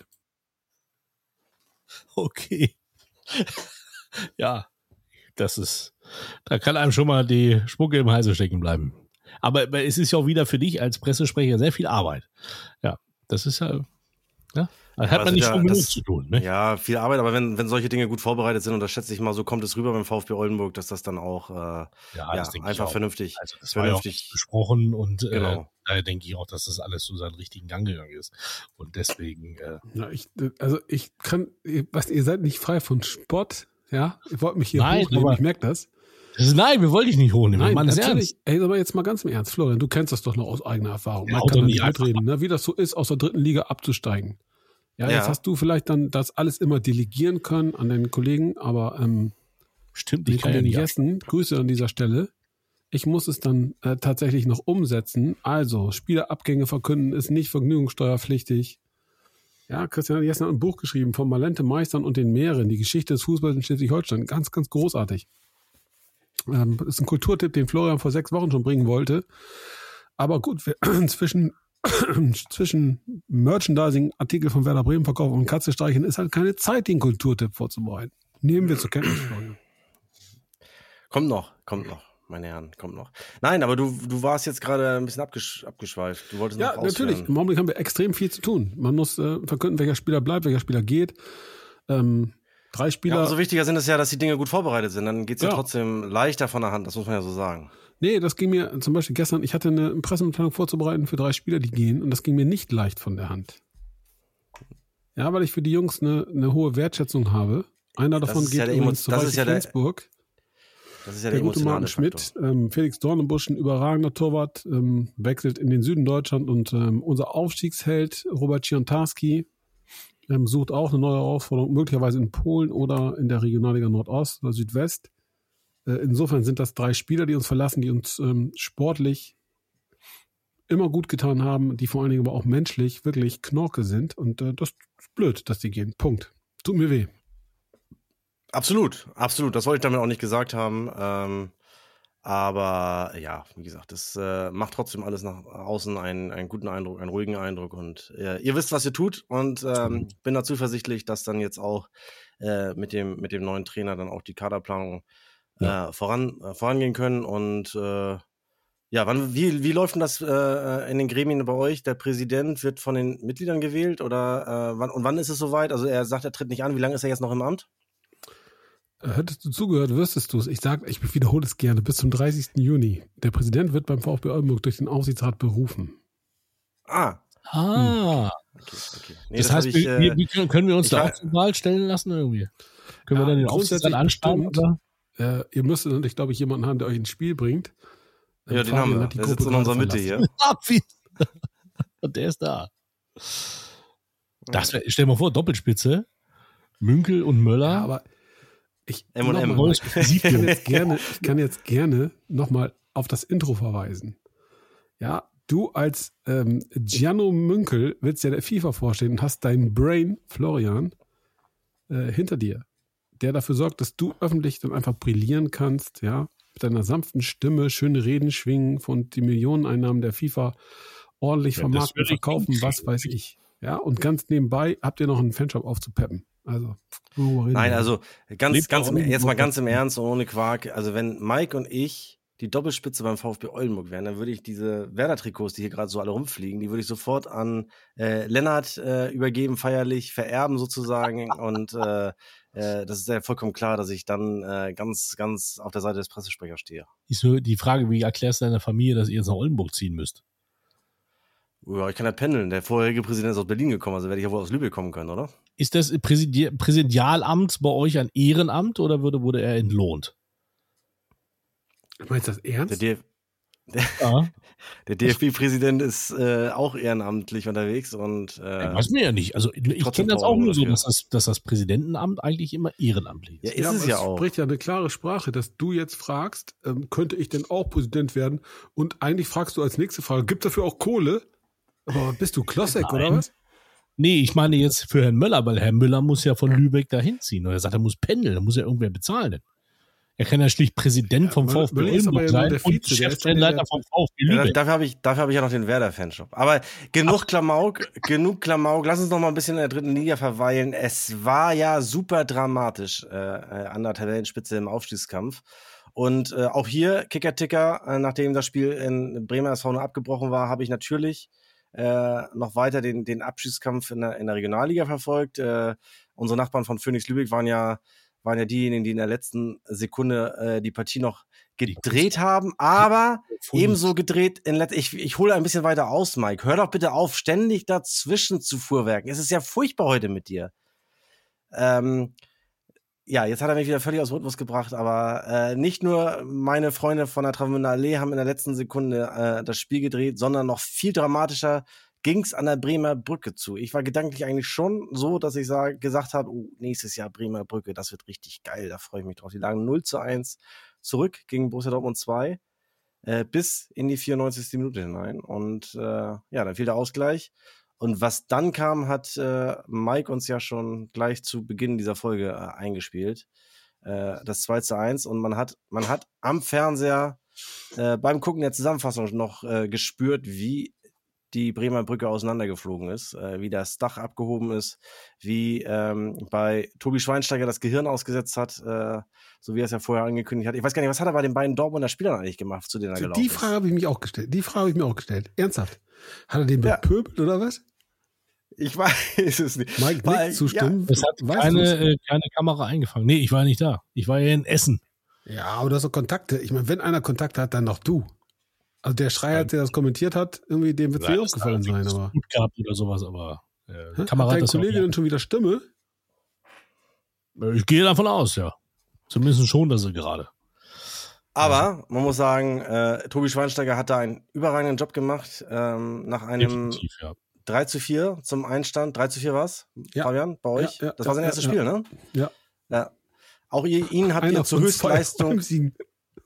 Okay. Ja, das ist, da kann einem schon mal die Spucke im Halse stecken bleiben. Aber, aber es ist ja auch wieder für dich als Pressesprecher sehr viel Arbeit. Ja, das ist ja, Ja, da hat man nicht schon genug zu tun. Ne? Ja, viel Arbeit, aber wenn, wenn solche Dinge gut vorbereitet sind, und das schätze ich mal, so kommt es rüber beim VfB Oldenburg, dass das dann auch äh, ja, ja, einfach vernünftig, also das vernünftig war ja auch besprochen und genau. äh, daher denke ich auch, dass das alles so seinen richtigen Gang gegangen ist. Und deswegen. Äh, ja, ich, also ich kann, was, ihr seid nicht frei von Spott, ja? Ihr wollt mich hier Nein, hochnehmen, ich merke das. das ist, nein, wir wollen dich nicht hochnehmen. Nein, wir machen das natürlich. ernst. Ey, aber jetzt mal ganz im Ernst, Florian, du kennst das doch noch aus eigener Erfahrung. Ja, Man auch kann doch da nicht nicht mitreden, ne? Wie das so ist, aus der dritten Liga abzusteigen. Ja, Ja. jetzt hast du vielleicht dann das alles immer delegieren können an deinen Kollegen, aber ähm, Stimmt, den ich kann ja Kollegen nicht. Jessen, Grüße an dieser Stelle. Ich muss es dann äh, tatsächlich noch umsetzen. Also, Spielerabgänge verkünden ist nicht vergnügungssteuerpflichtig. Ja, Christian Jessen hat ein Buch geschrieben von Malente Meistern und den Meeren, die Geschichte des Fußballs in Schleswig-Holstein. Ganz, ganz großartig. Ähm, das ist ein Kulturtipp, den Florian vor sechs Wochen schon bringen wollte. Aber gut, wir, zwischen, zwischen Merchandising-Artikel von Werder Bremen verkaufen und Katze streichen ist halt keine Zeit, den Kulturtipp vorzubereiten. Nehmen wir zur Kenntnis, Florian. Kommt noch, kommt noch, meine Herren, kommt noch. Nein, aber du, du warst jetzt gerade ein bisschen abgesch abgeschweift. Du wolltest Ja, noch natürlich. ausführen. Im Augenblick haben wir extrem viel zu tun. Man muss äh, verkünden, welcher Spieler bleibt, welcher Spieler geht. Ähm, drei Spieler. Ja, umso wichtiger sind es ja, dass die Dinge gut vorbereitet sind. Dann geht's ja. Ja. trotzdem leichter von der Hand, das muss man ja so sagen. Nee, das ging mir zum Beispiel gestern, ich hatte eine Pressemitteilung vorzubereiten für drei Spieler, die gehen, und das ging mir nicht leicht von der Hand. Ja, weil ich für die Jungs eine, eine hohe Wertschätzung habe. Einer davon ist geht ja der übrigens Emo- zu das Weiche ist ja der- Flensburg. Das ist ja Der der gute Martin emotionale Schmidt, Faktor. ähm, Felix Dornenbusch, ein überragender Torwart, ähm, wechselt in den Süden Deutschland, und ähm, unser Aufstiegsheld Robert Ciantarski ähm, sucht auch eine neue Herausforderung, möglicherweise in Polen oder in der Regionalliga Nordost oder Südwest. Äh, insofern sind das drei Spieler, die uns verlassen, die uns ähm, sportlich immer gut getan haben, die vor allen Dingen aber auch menschlich wirklich Knorke sind, und äh, das ist blöd, dass die gehen. Punkt. Tut mir weh. Absolut, absolut. Das wollte ich damit auch nicht gesagt haben. Ähm, aber ja, wie gesagt, das äh, macht trotzdem alles nach außen einen, einen guten Eindruck, einen ruhigen Eindruck. Und äh, ihr wisst, was ihr tut. Und ähm, bin da zuversichtlich, dass dann jetzt auch äh, mit dem mit dem neuen Trainer dann auch die Kaderplanung äh, voran äh, vorangehen können. Und äh, ja, wann, wie, wie läuft denn das äh, in den Gremien bei euch? Der Präsident wird von den Mitgliedern gewählt oder äh, wann, und wann ist es soweit? Also er sagt, er tritt nicht an. Wie lange ist er jetzt noch im Amt? Hättest du zugehört, wüsstest du es. Ich sage, ich wiederhole es gerne, bis zum dreißigsten Juni. Der Präsident wird beim VfB Oldenburg durch den Aufsichtsrat berufen. Ah. Ah. Okay, okay. Nee, das, das heißt, hab wie, ich, äh, wie, wie können, können wir uns ich da war- auch zur Wahl stellen lassen irgendwie? Können Ja, wir dann den grundsätzlich Aufsichtsrat anstellen? bestimmt. Oder? Äh, ihr müsstet natürlich, glaube ich, jemanden haben, der euch ins Spiel bringt. Ähm, Ja, den Fabian haben wir. hat die Der Gruppe sitzt in unserer gerade Mitte verlassen. hier. Ah, wie? Und der ist da. Das wär, stell dir mal vor, Doppelspitze, Münkel und Möller. Ja, aber ich, M und M. nochmal, ich kann jetzt gerne, ich kann jetzt gerne nochmal auf das Intro verweisen. Ja, du als ähm, Gianno Münkel willst ja der FIFA vorstehen und hast deinen Brain, Florian, äh, hinter dir, der dafür sorgt, dass du öffentlich dann einfach brillieren kannst, ja, mit deiner sanften Stimme, schöne Reden schwingen und die Millioneneinnahmen der FIFA ordentlich Ja, das vermarkten, würde ich verkaufen, hinkriegen. was weiß ich. Ja, und ganz nebenbei habt ihr noch einen Fanshop aufzupeppen. Also, worüber reden Nein, wir? also ganz, Lebt ganz auch im, irgendwo jetzt mal ganz trotzdem. im Ernst und ohne Quark. Also wenn Mike und ich die Doppelspitze beim VfB Oldenburg wären, dann würde ich diese Werder-Trikots, die hier gerade so alle rumfliegen, die würde ich sofort an äh, Lennart äh, übergeben, feierlich vererben sozusagen. Und äh, äh, das ist ja vollkommen klar, dass ich dann äh, ganz, ganz auf der Seite des Pressesprechers stehe. Ist nur die Frage, wie erklärst du deiner Familie, dass ihr jetzt nach Oldenburg ziehen müsst? Ja, ich kann ja pendeln. Der vorherige Präsident ist aus Berlin gekommen, also werde ich ja wohl aus Lübeck kommen können, oder? Ist das Präsidi Präsidialamt bei euch ein Ehrenamt oder wurde, wurde er entlohnt? Meinst du das Der, ernst? D der, Ja. der D F B-Präsident ist äh, auch ehrenamtlich unterwegs und äh, Ja, weiß mir ja nicht. Also ich trotzdem kenne das auch nur so, dafür. dass das, dass das Präsidentenamt eigentlich immer ehrenamtlich ja, ist. ist aber es ja auch. spricht ja eine klare Sprache, dass du jetzt fragst, ähm, könnte ich denn auch Präsident werden? Und eigentlich fragst du als nächste Frage, gibt dafür auch Kohle? Aber bist du Klossek oder was? Nee, ich meine jetzt für Herrn Möller, weil Herr Möller muss ja von Lübeck dahin ziehen. Und er sagt, er muss pendeln, da muss ja irgendwer bezahlen. Er kann ja schlicht Präsident vom Möller- VfB Möller ist aber Oldenburg ja nur sein der und Vize, der ist doch Geschäftsstellenleiter der- vom VfB Ja, Lübeck. dafür habe ich, dafür habe ich ja noch den Werder-Fanshop. Aber genug Klamauk, genug Klamauk. Lass uns noch mal ein bisschen in der dritten Liga verweilen. Es war ja super dramatisch äh, äh, an der Tabellenspitze im Aufstiegskampf. Und äh, auch hier, Kicker-Ticker, äh, nachdem das Spiel in Bremer S V nur abgebrochen war, habe ich natürlich äh, noch weiter den, den Abschiedskampf in der, in der Regionalliga verfolgt. Äh, unsere Nachbarn von Phoenix Lübeck waren ja, waren ja diejenigen, die in der letzten Sekunde äh, die Partie noch gedreht haben, aber ebenso gedreht in let- ich, ich hole ein bisschen weiter aus, Mike. Hör doch bitte auf, ständig dazwischen zu fuhrwerken. Es ist ja furchtbar heute mit dir. Ähm, ja, jetzt hat er mich wieder völlig aus Rhythmus gebracht, aber äh, nicht nur meine Freunde von der Travemünder Allee haben in der letzten Sekunde äh, das Spiel gedreht, sondern noch viel dramatischer ging's an der Bremer Brücke zu. Ich war gedanklich eigentlich schon so, dass ich sag, gesagt habe, oh, nächstes Jahr Bremer Brücke, das wird richtig geil, da freue ich mich drauf. Die lagen null zu eins zurück gegen Borussia Dortmund zwei äh, bis in die vierundneunzigste Minute hinein und äh, ja, dann fiel der Ausgleich. Und was dann kam, hat äh, Mike uns ja schon gleich zu Beginn dieser Folge äh, eingespielt. Äh, das zwei zu eins. Und man hat, man hat am Fernseher äh, beim Gucken der Zusammenfassung noch äh, gespürt, wie die Bremer Brücke auseinandergeflogen ist, äh, wie das Dach abgehoben ist, wie ähm, bei Tobi Schweinsteiger das Gehirn ausgesetzt hat, äh, so wie er es ja vorher angekündigt hat. Ich weiß gar nicht, was hat er bei den beiden Dortmunder Spielern eigentlich gemacht, zu denen er gelaufen Die ist? Frage habe ich mich auch gestellt. Die Frage habe ich mir auch gestellt. Ernsthaft. Hat er den bepöbelt, ja, oder was? Ich weiß es nicht. Mike Weil, nickt zu stumm. Es hat Weißt keine, du's? äh, keine Kamera eingefangen. Nee, ich war nicht da. Ich war ja in Essen. Ja, aber du hast doch Kontakte. Ich meine, wenn einer Kontakte hat, dann doch du. Also der Schreier, der das kommentiert hat, irgendwie dem wird es nicht aufgefallen sein. Aber gut gehabt oder sowas, aber äh, Hä? Kamera hat hat dein das ja auch Kollege denn schon wieder Stimme? nicht. Ich gehe davon aus, ja. Zumindest schon, dass er gerade. Aber man muss sagen, äh, Tobi Schweinsteiger hat da einen überragenden Job gemacht. Ähm, nach einem Definitiv, ja. drei zu vier zum Einstand. drei zu vier war's, Ja. Fabian, bei euch? Ja, ja, das war sein ja, erstes ja. Spiel, ne? Ja. Ja. Auch ihr, ihn habt Einer ihr zur von Höchstleistung, zwei Siegen.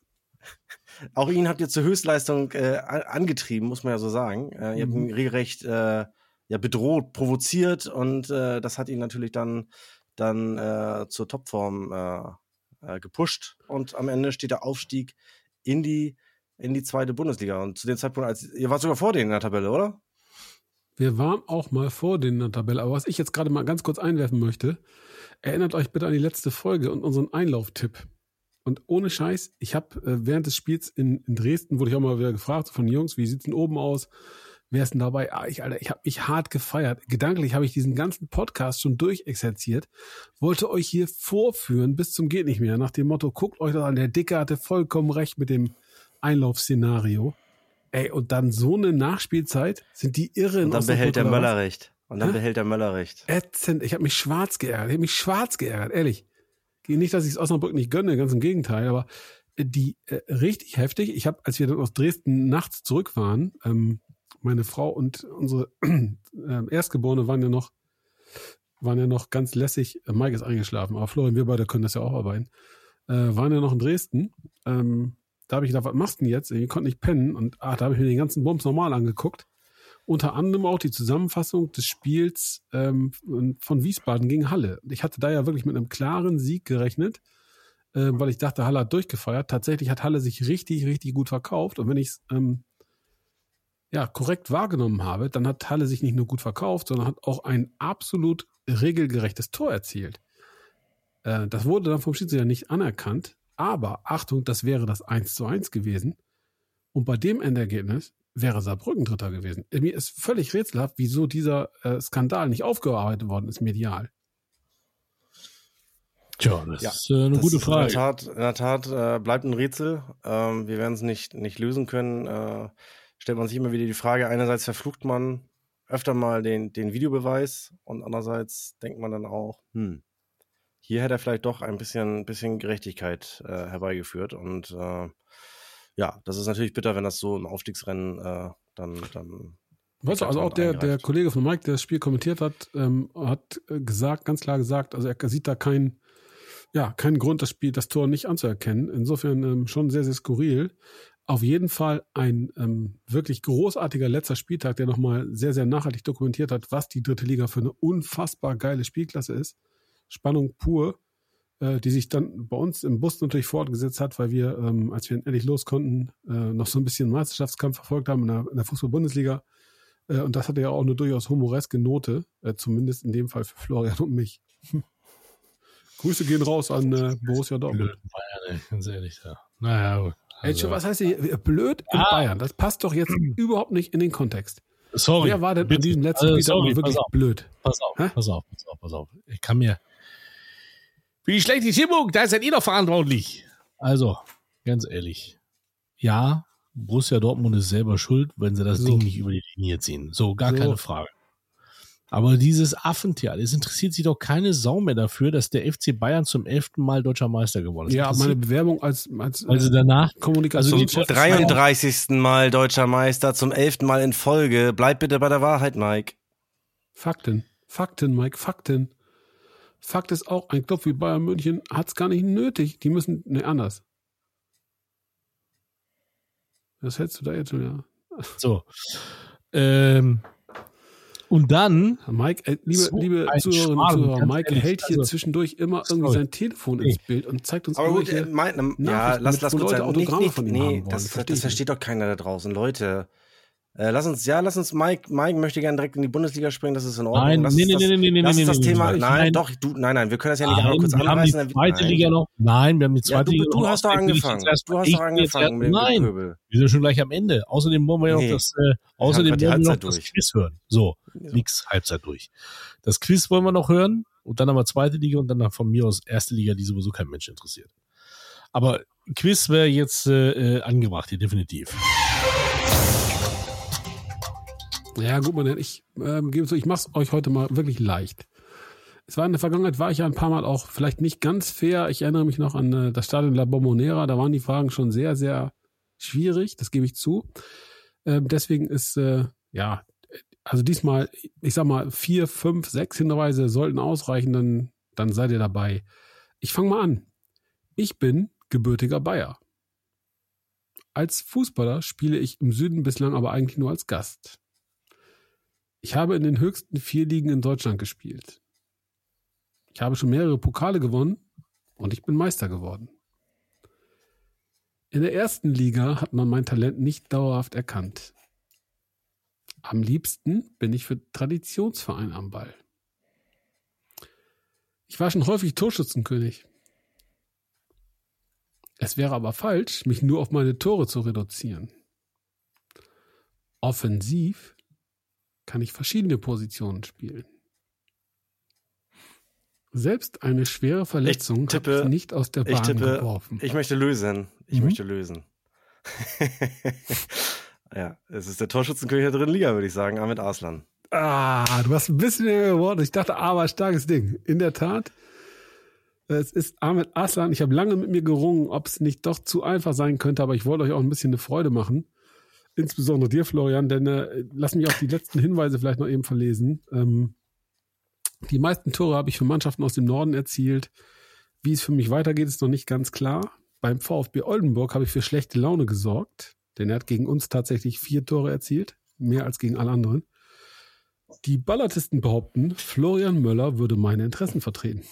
auch ihn habt ihr zur Höchstleistung äh, a- angetrieben, muss man ja so sagen. Äh, ihr habt Mhm. ihn regelrecht äh, ja, bedroht, provoziert und äh, das hat ihn natürlich dann, dann äh, zur Topform äh, äh, gepusht und am Ende steht der Aufstieg in die, in die zweite Bundesliga. Und zu dem Zeitpunkt, als ihr wart sogar vor denen in der Tabelle, oder? Wir waren auch mal vor denen in der Tabelle. Aber was ich jetzt gerade mal ganz kurz einwerfen möchte, erinnert euch bitte an die letzte Folge und unseren Einlauftipp. Und ohne Scheiß, ich habe äh, während des Spiels in, in Dresden, wurde ich auch mal wieder gefragt von den Jungs, wie sieht's denn oben aus? Wer ist denn dabei? Ah, ich, Alter, ich habe mich hart gefeiert. Gedanklich habe ich diesen ganzen Podcast schon durchexerziert, wollte euch hier vorführen bis zum geht nicht mehr, nach dem Motto, guckt euch das an, der Dicke hatte vollkommen recht mit dem Einlaufszenario. Ey, und dann so eine Nachspielzeit, sind die irre in Und dann Osnabrück behält der oder was? Möller recht. Und dann Hä? behält der Möller recht. Ätzend. Ich habe mich schwarz geärgert. Ich habe mich schwarz geärgert, ehrlich. Nicht, dass ich es Osnabrück nicht gönne, ganz im Gegenteil, aber die äh, richtig heftig. Ich habe, als wir dann aus Dresden nachts zurück waren, ähm, meine Frau und unsere äh, Erstgeborene waren ja noch, waren ja noch ganz lässig. Äh, Mike ist eingeschlafen, aber Florian, wir beide können das ja auch arbeiten. Äh, waren ja noch in Dresden. Ähm, da habe ich gedacht, was machst du denn jetzt? Ich konnte nicht pennen und ach, da habe ich mir den ganzen Bums normal angeguckt. Unter anderem auch die Zusammenfassung des Spiels ähm, von Wiesbaden gegen Halle. Ich hatte da ja wirklich mit einem klaren Sieg gerechnet, äh, weil ich dachte, Halle hat durchgefeiert. Tatsächlich hat Halle sich richtig, richtig gut verkauft. Und wenn ich es ähm, ja, korrekt wahrgenommen habe, dann hat Halle sich nicht nur gut verkauft, sondern hat auch ein absolut regelgerechtes Tor erzielt. Äh, das wurde dann vom Schiedsrichter nicht anerkannt. Aber Achtung, das wäre das eins zu eins gewesen. Und bei dem Endergebnis wäre Saarbrücken Dritter gewesen. Mir ist völlig rätselhaft, wieso dieser äh, Skandal nicht aufgearbeitet worden ist, medial. Tja, das Ja, ist äh, eine das gute ist Frage. In der Tat, in der Tat äh, bleibt ein Rätsel. Ähm, wir werden es nicht, nicht lösen können. Äh, stellt man sich immer wieder die Frage, einerseits verflucht man öfter mal den, den Videobeweis und andererseits denkt man dann auch, hm, hier hätte er vielleicht doch ein bisschen, bisschen Gerechtigkeit äh, herbeigeführt. Und äh, ja, das ist natürlich bitter, wenn das so im Aufstiegsrennen äh, dann, dann Weißt du, also auch der, der Kollege von Mike, der das Spiel kommentiert hat, ähm, hat gesagt, ganz klar gesagt, also er sieht da keinen, ja, keinen Grund, das Spiel, das Tor nicht anzuerkennen. Insofern ähm, schon sehr, sehr skurril. Auf jeden Fall ein ähm, wirklich großartiger letzter Spieltag, der nochmal sehr, sehr nachhaltig dokumentiert hat, was die dritte Liga für eine unfassbar geile Spielklasse ist. Spannung pur, äh, die sich dann bei uns im Bus natürlich fortgesetzt hat, weil wir, ähm, als wir endlich los konnten, äh, noch so ein bisschen Meisterschaftskampf verfolgt haben in der, in der Fußball-Bundesliga. Äh, und das hatte ja auch eine durchaus humoreske Note, äh, zumindest in dem Fall für Florian und mich. Grüße gehen raus an äh, Borussia Dortmund. Blöd, Bayern, ey, ganz ehrlich. Ja. Naja, gut. Also, was heißt hier? Blöd in Ah. Bayern. Das passt doch jetzt überhaupt nicht in den Kontext. Sorry. Wer war denn bitte. an diesem letzten Also, Spieltag sorry, mal wirklich pass auf, blöd? Pass auf, Hä? pass auf, pass auf, pass auf. Ich kann mir. Wie schlecht die Stimmung, da seid ihr doch verantwortlich. Also, ganz ehrlich. Ja, Borussia Dortmund ist selber schuld, wenn sie das So. Ding nicht über die Linie ziehen. So, gar So. keine Frage. Aber dieses Affentheater, es interessiert sich doch keine Sau mehr dafür, dass der F C Bayern zum elften Mal deutscher Meister geworden ist. Ja, Interessiert- meine Bewerbung als, als also danach, Kommunikationschef. Also die- dreiunddreißigsten Mal deutscher Meister, zum elften Mal in Folge. Bleib bitte bei der Wahrheit, Mike. Fakten. Fakten, Mike, Fakten. Fakt ist auch, ein Club wie Bayern München hat es gar nicht nötig. Die müssen, ne, anders. Was hältst du da jetzt schon, ja? so. Ähm, und dann, Mike, äh, liebe, So liebe ein Zuhörerinnen und Schmarrn, Zuhörer, ganz Mike ehrlich, hält hier also- zwischendurch immer irgendwie Sorry. sein Telefon ins Bild und zeigt uns Aber gut, äh, irgendwelche mein, ähm, ja, Nachrichten lass, mit, lass wo kurz Leute sagen, nicht, Autogramme nicht, von ihm nee, haben wollen. das, Versteh das ich versteht doch keiner da draußen, Leute. Äh, lass uns, ja, lass uns, Mike, Mike möchte gerne direkt in die Bundesliga springen, das ist in Ordnung. Nein, lass nee, uns nee, das, nee, nee, nee, lass nee, uns das nee, Thema, nee, nein, nein. doch, du, nein, nein, wir können das ja nicht nein, einmal kurz wir haben die anreißen. zweite Nein. Liga noch. Nein, wir haben die Ja, zweite du, Liga du noch. hast doch ausgewählt. Will ich angefangen. jetzt erst Du hast ich doch will jetzt angefangen mit dem Nein, Gepöbel. wir sind schon gleich am Ende. Außerdem wollen wir ja Nee. noch das, äh, außerdem grad die wollen wir noch Halbzeit das durch. Quiz hören. So, nix, Halbzeit durch. Das Quiz wollen wir noch hören und dann haben wir zweite Liga und dann von mir aus erste Liga, die sowieso kein Mensch interessiert. Aber Quiz wäre jetzt äh, äh, angebracht hier, definitiv. Ja, gut, man, ich ähm, gebe so, ich mach's euch heute mal wirklich leicht. Es war in der Vergangenheit, war ich ja ein paar Mal auch vielleicht nicht ganz fair. Ich erinnere mich noch an äh, das Stadion La Bombonera, da waren die Fragen schon sehr, sehr schwierig, das gebe ich zu. Ähm, deswegen ist, äh, ja, also diesmal, ich sag mal, vier, fünf, sechs Hinweise sollten ausreichen, dann, dann seid ihr dabei. Ich fange mal an. Ich bin gebürtiger Bayer. Als Fußballer spiele ich im Süden bislang aber eigentlich nur als Gast. Ich habe in den höchsten vier Ligen in Deutschland gespielt. Ich habe schon mehrere Pokale gewonnen und ich bin Meister geworden. In der ersten Liga hat man mein Talent nicht dauerhaft erkannt. Am liebsten bin ich für Traditionsverein am Ball. Ich war schon häufig Torschützenkönig. Es wäre aber falsch, mich nur auf meine Tore zu reduzieren. Offensiv kann ich verschiedene Positionen spielen. Selbst eine schwere Verletzung Ich tippe- hat mich nicht aus der Ich Bahn tippe, geworfen. ich möchte lösen. Ich Mhm. möchte lösen. Ja, es ist der Torschützenkönig der dritten Liga, würde ich sagen, Ahmed Arslan. Ah, du hast ein bisschen mehr geworden. Ich dachte, aber starkes Ding. In der Tat, es ist Ahmed Arslan. Ich habe lange mit mir gerungen, ob es nicht doch zu einfach sein könnte, aber ich wollte euch auch ein bisschen eine Freude machen. Insbesondere dir, Florian, denn äh, lass mich auch die letzten Hinweise vielleicht noch eben verlesen. Ähm, die meisten Tore habe ich für Mannschaften aus dem Norden erzielt. Wie es für mich weitergeht, ist noch nicht ganz klar. Beim VfB Oldenburg habe ich für schlechte Laune gesorgt, denn er hat gegen uns tatsächlich vier Tore erzielt, mehr als gegen alle anderen. Die Ballartisten behaupten, Florian Möller würde meine Interessen vertreten.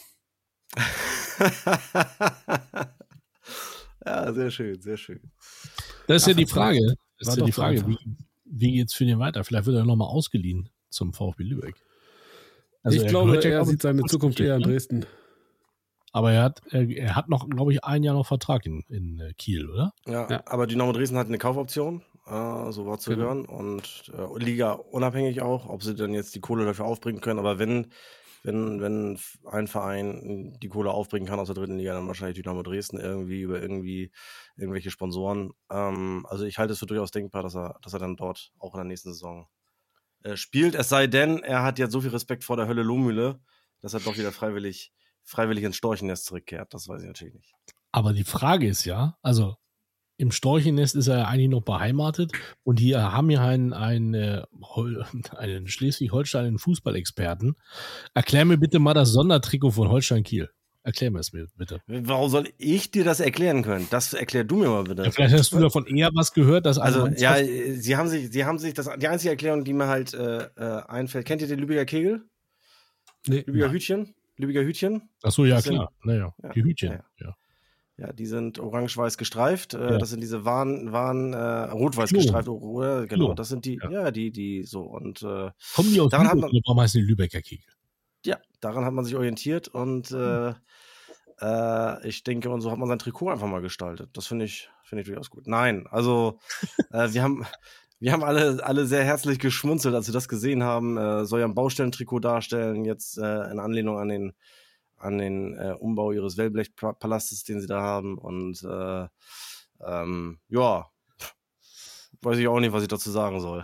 Ja, sehr schön, sehr schön. Das ist ja Ach, die Frage. Das war ist ja doch die Frage, einfach. wie, wie geht's für den weiter? Vielleicht wird er nochmal ausgeliehen zum VfB Lübeck. Also ich er glaube, gehört ja, er glaube ich, sieht seine Zukunft eher in Dresden. Aber er hat, er, er hat noch, glaube ich, ein Jahr noch Vertrag in, in äh, Kiel, oder? Ja, Ja. aber Dynamo Dresden hat eine Kaufoption, äh, so war zu Genau. hören, und äh, Liga unabhängig auch, ob sie dann jetzt die Kohle dafür aufbringen können. Aber wenn, wenn, wenn ein Verein die Kohle aufbringen kann aus der dritten Liga, dann wahrscheinlich Dynamo Dresden irgendwie über irgendwie irgendwelche Sponsoren. Ähm, also ich halte es für durchaus denkbar, dass er, dass er dann dort auch in der nächsten Saison äh, spielt. Es sei denn, er hat jetzt so viel Respekt vor der Hölle Lohmühle, dass er doch wieder freiwillig, freiwillig ins Storchennest zurückkehrt. Das weiß ich natürlich nicht. Aber die Frage ist ja, also im Storchennest ist er ja eigentlich noch beheimatet und hier haben wir einen, einen, äh, Hol- einen Schleswig-Holstein Fußballexperten. Erklär mir bitte mal das Sondertrikot von Holstein Kiel. Erklär mir es mir bitte. Warum soll ich dir das erklären können? Das erklär du mir mal bitte. Ja, vielleicht hast du davon eher was gehört, dass Also, eine ja, Mannschaft- äh, sie haben sich, sie haben sich, das, die einzige Erklärung, die mir halt äh, äh, einfällt, kennt ihr den Lübecker Kegel? Nee. Lübecker Hütchen? Lübecker Hütchen? Ach so, ja, das sind- klar. Naja, Ja, die Hütchen. ja, Ja. Ja, die sind orange-weiß gestreift. Äh, Ja. Das sind diese Warn, Warn, äh, rot-weiß Klo. gestreift. Oder, genau, Klo. das sind die, Ja. ja, die, die so. Und äh, Kommen die aus Daran hat Lübeck man- oder warum heißen die Lübecker Kegel? ja, daran hat man sich orientiert und äh, äh, ich denke, und so hat man sein Trikot einfach mal gestaltet. Das finde ich, finde ich durchaus gut. Nein, also äh, wir haben, Wir haben alle, alle sehr herzlich geschmunzelt, als wir das gesehen haben. Äh, soll ja ein Baustellentrikot darstellen, jetzt äh, in Anlehnung an den, an den äh, Umbau ihres Wellblechpalastes, den sie da haben. Und äh, ähm, ja, weiß ich auch nicht, was ich dazu sagen soll.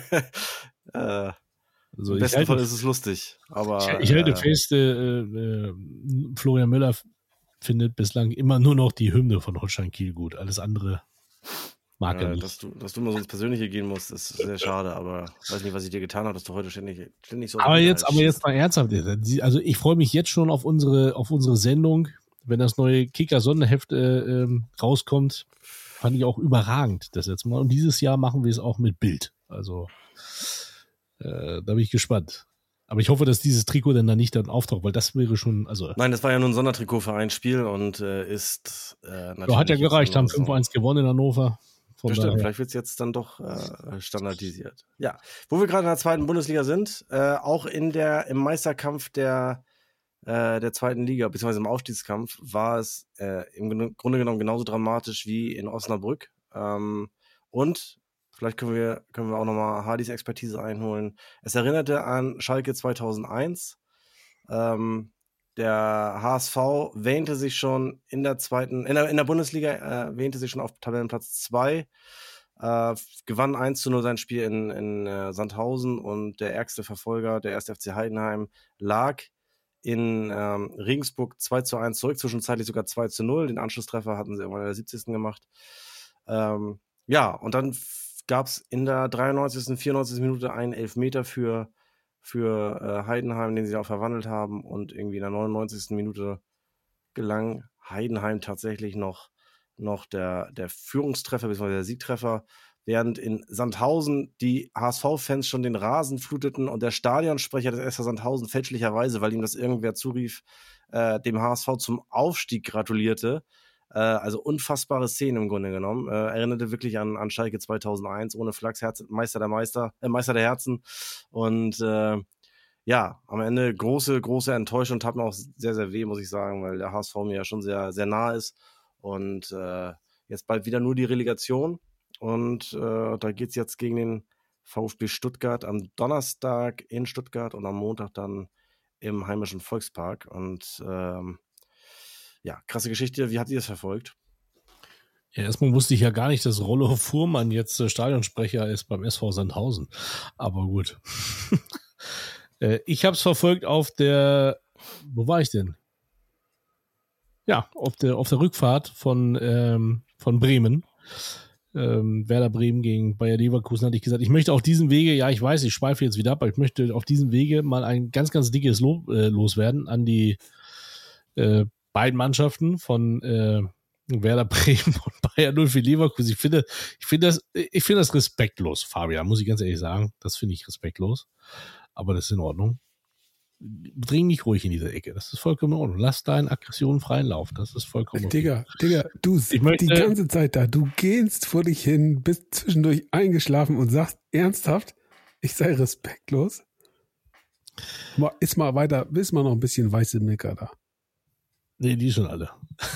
äh, Also Im ich besten halte, Fall ist es lustig. Aber, ich, ich halte äh, fest, äh, äh, Florian Müller findet bislang immer nur noch die Hymne von Holstein Kiel gut. Alles andere mag er äh, nicht. dass, du, dass du mal so ins Persönliche gehen musst, ist sehr schade. Aber ich weiß nicht, was ich dir getan habe, dass du heute ständig, ständig so... Aber jetzt, aber jetzt mal ernsthaft. Also ich freue mich jetzt schon auf unsere, auf unsere Sendung, wenn das neue Kicker-Sonderheft äh, ähm, rauskommt. Fand ich auch überragend das letzte Mal. Und dieses Jahr machen wir es auch mit Bild. Also äh, da bin ich gespannt. Aber ich hoffe, dass dieses Trikot dann da nicht dann auftaucht, weil das wäre schon, also... Nein, das war ja nur ein Sondertrikot für ein Spiel und äh, ist äh, natürlich... hat ja gereicht, haben so, fünf eins gewonnen in Hannover. Von Bestimmt, daher. vielleicht wird es jetzt dann doch äh, standardisiert. Ja, wo wir gerade in der zweiten Bundesliga sind, äh, auch in der, im Meisterkampf der, äh, der zweiten Liga, beziehungsweise im Aufstiegskampf, war es äh, im Grunde genommen genauso dramatisch wie in Osnabrück. Ähm, und vielleicht können wir, können wir auch nochmal Hardys Expertise einholen. Es erinnerte an Schalke zweitausendeins. Ähm, der H S V wähnte sich schon in der zweiten, in der, in der Bundesliga, äh, wähnte sich schon auf Tabellenplatz zwei, äh, gewann eins zu null sein Spiel in, in äh, Sandhausen und der ärgste Verfolger, der erste F C Heidenheim, lag in ähm, Regensburg zwei zu eins zurück, zwischenzeitlich sogar zwei zu null. Den Anschlusstreffer hatten sie irgendwann in der siebzigsten gemacht. Ähm, ja, und dann gab es in der dreiundneunzigsten, vierundneunzigsten Minute einen Elfmeter für für äh, Heidenheim, den sie auch verwandelt haben, und irgendwie in der neunundneunzigsten Minute gelang Heidenheim tatsächlich noch, noch der, der Führungstreffer bzw. der Siegtreffer, während in Sandhausen die H S V-Fans schon den Rasen fluteten und der Stadionsprecher des S V Sandhausen fälschlicherweise, weil ihm das irgendwer zurief, äh, dem H S V zum Aufstieg gratulierte. Äh, also unfassbare Szene im Grunde genommen. Äh, erinnerte wirklich an, an Schalke zweitausendeins, ohne Flachs, Herz, Meister der Meister, äh, Meister der Herzen. Und äh, ja, am Ende große, große Enttäuschung, tat mir auch sehr, sehr weh, muss ich sagen, weil der H S V mir ja schon sehr, sehr nah ist. Und äh, jetzt bald wieder nur die Relegation. Und äh, da geht's jetzt gegen den VfB Stuttgart am Donnerstag in Stuttgart und am Montag dann im heimischen Volkspark. Und ähm, ja, krasse Geschichte. Wie habt ihr es verfolgt? Ja, erstmal wusste ich ja gar nicht, dass Rollo Fuhrmann jetzt äh, Stadionsprecher ist beim S V Sandhausen. Aber gut. äh, ich habe es verfolgt auf der, wo war ich denn? Ja, auf der, auf der Rückfahrt von, ähm, von Bremen. Ähm, Werder Bremen gegen Bayer Leverkusen, hatte ich gesagt, ich möchte auf diesem Wege, ja, ich weiß, ich schweife jetzt wieder ab, aber ich möchte auf diesem Wege mal ein ganz, ganz dickes Lob äh, loswerden an die äh, beiden Mannschaften von äh, Werder Bremen und Bayer null vier Leverkusen. Ich finde, ich finde das, ich finde das respektlos, Fabian, muss ich ganz ehrlich sagen. Das finde ich respektlos. Aber das ist in Ordnung. Dring nicht ruhig in diese Ecke. Das ist vollkommen in Ordnung. Lass deinen Aggressionen freien Lauf. Das ist vollkommen okay. Digga, Digga, du sitzt möchte, die ganze Zeit da. Du gehst vor dich hin, bist zwischendurch eingeschlafen und sagst ernsthaft, ich sei respektlos. Ist mal weiter, ist mal noch ein bisschen weiße Milka da. Nee, die schon alle.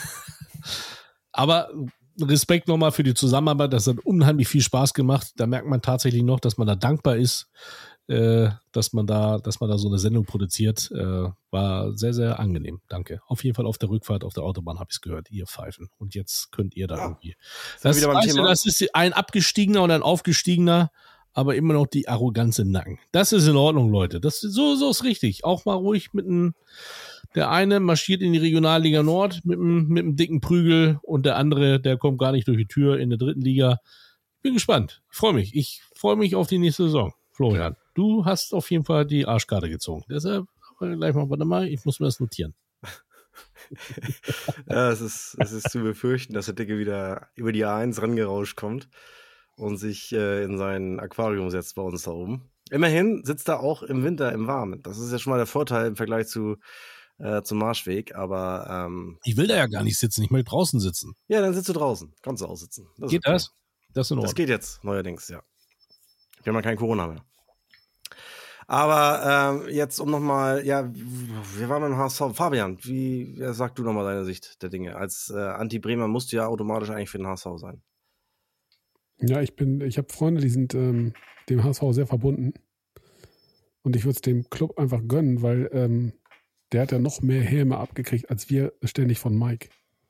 Aber Respekt nochmal für die Zusammenarbeit. Das hat unheimlich viel Spaß gemacht. Da merkt man tatsächlich noch, dass man da dankbar ist, äh, dass man da, dass man da so eine Sendung produziert. Äh, war sehr, sehr angenehm. Danke. Auf jeden Fall auf der Rückfahrt auf der Autobahn habe ich es gehört, ihr Pfeifen. Und jetzt könnt ihr da ja. irgendwie. Das, wieder beim weißt Thema. Du, das ist ein abgestiegener und ein aufgestiegener, aber immer noch die Arroganz im Nacken. Das ist in Ordnung, Leute. Das so, so ist richtig. Auch mal ruhig mit einem. Der eine marschiert in die Regionalliga Nord mit einem, mit einem dicken Prügel und der andere, der kommt gar nicht durch die Tür in der dritten Liga. Bin gespannt. Ich freue mich. Ich freue mich auf die nächste Saison. Florian, du hast auf jeden Fall die Arschkarte gezogen. Deshalb gleich mal, warte mal, ich muss mir das notieren. Ja, es ist, es ist zu befürchten, dass der Dicke wieder über die A eins rangerauscht kommt und sich äh, in sein Aquarium setzt bei uns da oben. Immerhin sitzt er auch im Winter im Warmen. Das ist ja schon mal der Vorteil im Vergleich zu Äh, zum Marschweg, aber ähm, ich will da ja gar nicht sitzen, ich möchte draußen sitzen. Ja, dann sitzt du draußen, kannst du auch sitzen. Das geht okay. das? Das, in Ordnung. Das geht jetzt, neuerdings, ja. Wir haben ja kein Corona mehr. Aber ähm, jetzt um nochmal, ja, wir waren beim H S V. Fabian, wie ja, sag du nochmal deine Sicht der Dinge? Als äh, Anti-Bremer musst du ja automatisch eigentlich für den H S V sein. Ja, ich bin, ich habe Freunde, die sind ähm, dem H S V sehr verbunden. Und ich würde es dem Club einfach gönnen, weil ähm, der hat ja noch mehr Häme abgekriegt, als wir ständig von Mike.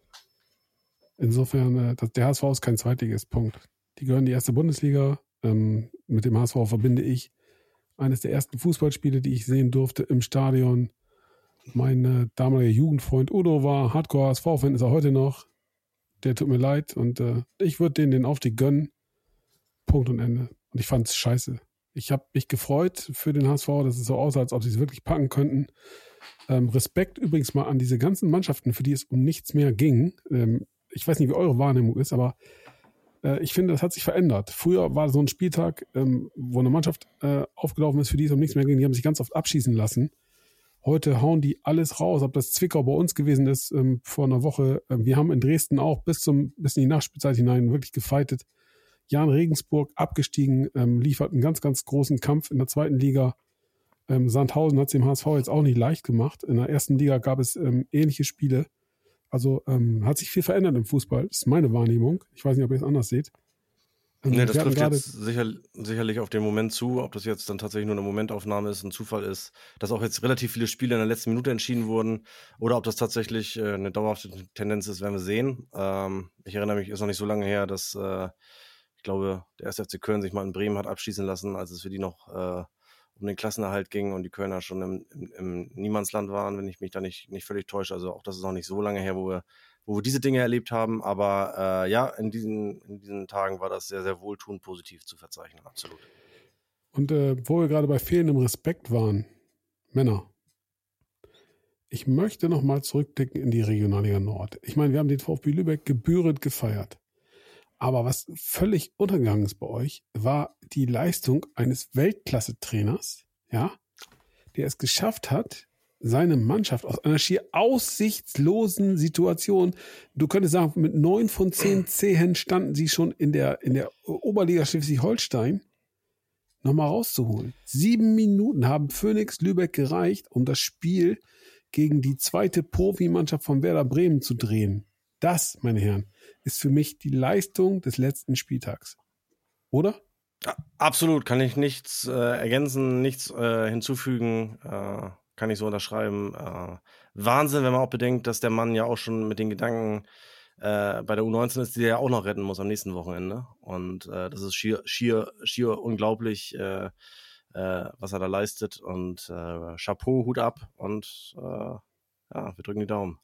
Insofern, äh, das, der H S V ist kein Zweitligist, Punkt. Die gehören in die erste Bundesliga. Ähm, mit dem H S V verbinde ich eines der ersten Fußballspiele, die ich sehen durfte im Stadion. Mein äh, damaliger Jugendfreund Udo war Hardcore-H S V-Fan, ist er heute noch. Der tut mir leid und äh, ich würde denen den Aufstieg gönnen. Punkt und Ende. Und ich fand es scheiße. Ich habe mich gefreut für den H S V, dass es so aussah, als ob sie es wirklich packen könnten. Ähm, Respekt übrigens mal an diese ganzen Mannschaften, für die es um nichts mehr ging. Ähm, ich weiß nicht, wie eure Wahrnehmung ist, aber äh, ich finde, das hat sich verändert. Früher war so ein Spieltag, ähm, wo eine Mannschaft äh, aufgelaufen ist, für die es um nichts mehr ging. Die haben sich ganz oft abschießen lassen. Heute hauen die alles raus, ob das Zwickau bei uns gewesen ist ähm, vor einer Woche. Ähm, wir haben in Dresden auch bis zum bis in die Nachspielzeit hinein wirklich gefeitet. Jan Regensburg abgestiegen, ähm, liefert einen ganz, ganz großen Kampf in der zweiten Liga. Ähm, Sandhausen hat es dem H S V jetzt auch nicht leicht gemacht. In der ersten Liga gab es ähm, ähnliche Spiele. Also ähm, hat sich viel verändert im Fußball. Das ist meine Wahrnehmung. Ich weiß nicht, ob ihr es anders seht. Ähm, Nee, das wir hatten trifft gerade- jetzt sicher, sicherlich auf den Moment zu, ob das jetzt dann tatsächlich nur eine Momentaufnahme ist, ein Zufall ist, dass auch jetzt relativ viele Spiele in der letzten Minute entschieden wurden oder ob das tatsächlich äh, eine dauerhafte Tendenz ist, werden wir sehen. Ähm, ich erinnere mich, ist noch nicht so lange her, dass äh, ich glaube, der erste F C Köln sich mal in Bremen hat abschießen lassen, als es für die noch äh, um den Klassenerhalt ging und die Kölner schon im, im, im Niemandsland waren, wenn ich mich da nicht, nicht völlig täusche. Also auch das ist noch nicht so lange her, wo wir wo wir diese Dinge erlebt haben, aber äh, ja, in diesen, in diesen Tagen war das sehr, sehr wohltuend positiv zu verzeichnen, absolut. Und äh, wo wir gerade bei fehlendem Respekt waren, Männer, ich möchte nochmal zurückblicken in die Regionalliga Nord. Ich meine, wir haben den VfB Lübeck gebührend gefeiert. Aber was völlig untergegangen ist bei euch, war die Leistung eines Weltklasse-Trainers, ja, der es geschafft hat, seine Mannschaft aus einer schier aussichtslosen Situation, du könntest sagen, mit neun von zehn Zehen standen sie schon in der, in der Oberliga Schleswig-Holstein, nochmal rauszuholen. Sieben Minuten haben Phoenix Lübeck gereicht, um das Spiel gegen die zweite Profimannschaft von Werder Bremen zu drehen. Das, meine Herren, ist für mich die Leistung des letzten Spieltags. Oder? Ja, absolut, kann ich nichts äh, ergänzen, nichts äh, hinzufügen, äh, kann ich so unterschreiben. Äh, Wahnsinn, wenn man auch bedenkt, dass der Mann ja auch schon mit den Gedanken äh, bei der U neunzehn ist, die er ja auch noch retten muss am nächsten Wochenende. Und äh, das ist schier, schier, schier unglaublich, äh, äh, was er da leistet. Und äh, Chapeau, Hut ab und äh, ja, wir drücken die Daumen.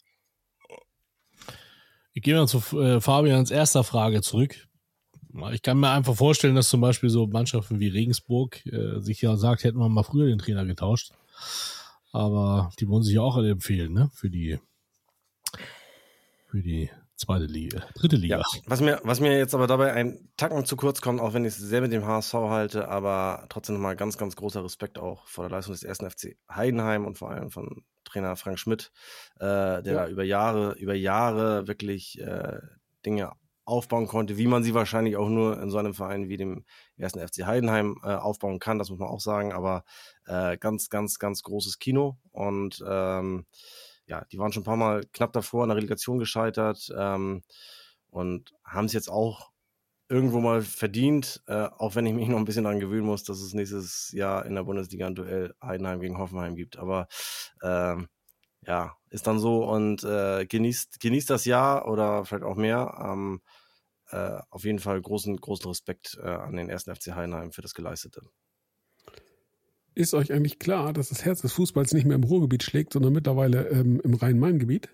Ich gehe mal zu äh, Fabians erster Frage zurück. Ich kann mir einfach vorstellen, dass zum Beispiel so Mannschaften wie Regensburg äh, sich ja sagt, hätten wir mal früher den Trainer getauscht. Aber die wollen sich ja auch alle empfehlen, ne? Für die, für die zweite Liga, dritte Liga. Ja, was mir, was mir jetzt aber dabei ein Tacken zu kurz kommt, auch wenn ich es sehr mit dem H S V halte, aber trotzdem nochmal ganz, ganz großer Respekt auch vor der Leistung des ersten F C Heidenheim und vor allem von Trainer Frank Schmidt, äh, der Ja. da über Jahre, über Jahre wirklich äh, Dinge aufbauen konnte, wie man sie wahrscheinlich auch nur in so einem Verein wie dem ersten F C Heidenheim äh, aufbauen kann, das muss man auch sagen, aber äh, ganz, ganz, ganz großes Kino und ähm, ja, die waren schon ein paar Mal knapp davor in der Relegation gescheitert ähm, und haben es jetzt auch irgendwo mal verdient, äh, auch wenn ich mich noch ein bisschen daran gewöhnen muss, dass es nächstes Jahr in der Bundesliga ein Duell Heidenheim gegen Hoffenheim gibt, aber ähm, ja, ist dann so und äh, genießt, genießt das Jahr oder vielleicht auch mehr. Ähm, äh, auf jeden Fall großen, großen Respekt äh, an den ersten F C Heidenheim für das Geleistete. Ist euch eigentlich klar, dass das Herz des Fußballs nicht mehr im Ruhrgebiet schlägt, sondern mittlerweile ähm, im Rhein-Main-Gebiet?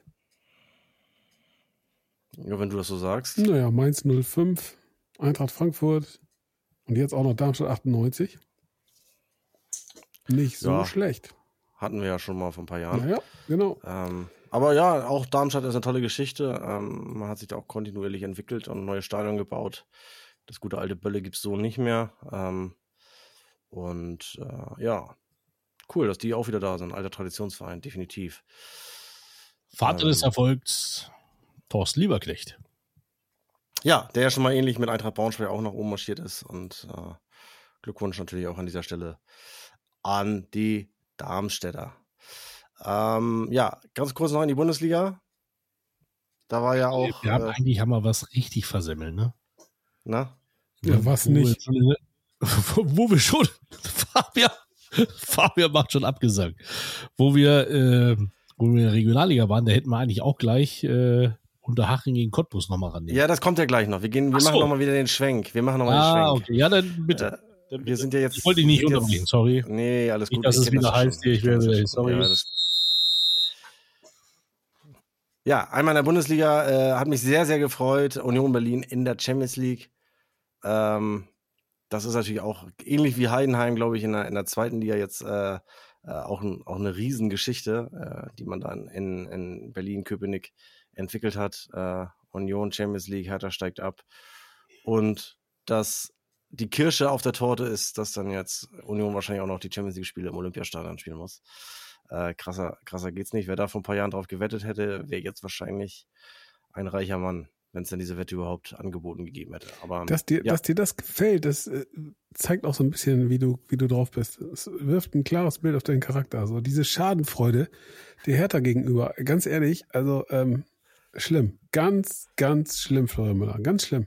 Ja, wenn du das so sagst. Naja, Mainz null fünf, Eintracht Frankfurt und jetzt auch noch Darmstadt achtundneunzig. Nicht so Ja. schlecht. Hatten wir ja schon mal vor ein paar Jahren. Naja, genau. Ähm, aber ja, auch Darmstadt ist eine tolle Geschichte. Ähm, man hat sich da auch kontinuierlich entwickelt und neue Stadion gebaut. Das gute alte Bölle gibt es so nicht mehr. Ähm, und äh, ja, cool, dass die auch wieder da sind. Alter Traditionsverein, definitiv. Vater Ähm, des Erfolgs, Thorsten Lieberknecht. Ja, der ja schon mal ähnlich mit Eintracht Braunschweig auch nach oben marschiert ist. Und äh, Glückwunsch natürlich auch an dieser Stelle an die Darmstädter. Ähm, ja, ganz kurz noch in die Bundesliga. Da war ja auch. Wir haben Äh, eigentlich haben wir was richtig versemmelt, ne? na? Ja, was wo nicht? Wir schon, wo wir schon, Fabian, Fabian macht schon abgesagt. Wo wir, äh, wo wir in der Regionalliga waren, da hätten wir eigentlich auch gleich äh, Unterhaching gegen Cottbus nochmal rannehmen. Ja, das kommt ja gleich noch. Wir gehen, wir Ach machen so. nochmal wieder den Schwenk. Wir machen nochmal Ah, den Schwenk. okay. Ja, dann bitte. Äh, wir sind ja jetzt. Ich wollte dich nicht sind unterbrechen, jetzt, sorry. Nee, alles Nicht, gut. dass Ich es kenn wieder das ja heißt, schon. ich kenn wäre das ja wieder, schon. sorry. Ja, das, ja, einmal in der Bundesliga äh, hat mich sehr, sehr gefreut. Union Berlin in der Champions League. Ähm, das ist natürlich auch ähnlich wie Heidenheim, glaube ich, in der, in der zweiten Liga jetzt äh, äh, auch, ein, auch eine Riesengeschichte, äh, die man dann in, in Berlin-Köpenick entwickelt hat. Äh, Union, Champions League, Hertha steigt ab. Und das, die Kirsche auf der Torte ist, dass dann jetzt Union wahrscheinlich auch noch die Champions League-Spiele im Olympiastadion spielen muss. Äh, krasser, krasser geht's nicht. Wer da vor ein paar Jahren drauf gewettet hätte, wäre jetzt wahrscheinlich ein reicher Mann, wenn es denn diese Wette überhaupt angeboten gegeben hätte. Aber Dass dir, ja. dass dir das gefällt, das äh, zeigt auch so ein bisschen, wie du, wie du drauf bist. Es wirft ein klares Bild auf deinen Charakter. Also diese Schadenfreude der Hertha gegenüber, ganz ehrlich, also ähm, schlimm. Ganz, ganz schlimm, Florian Müller. Ganz schlimm.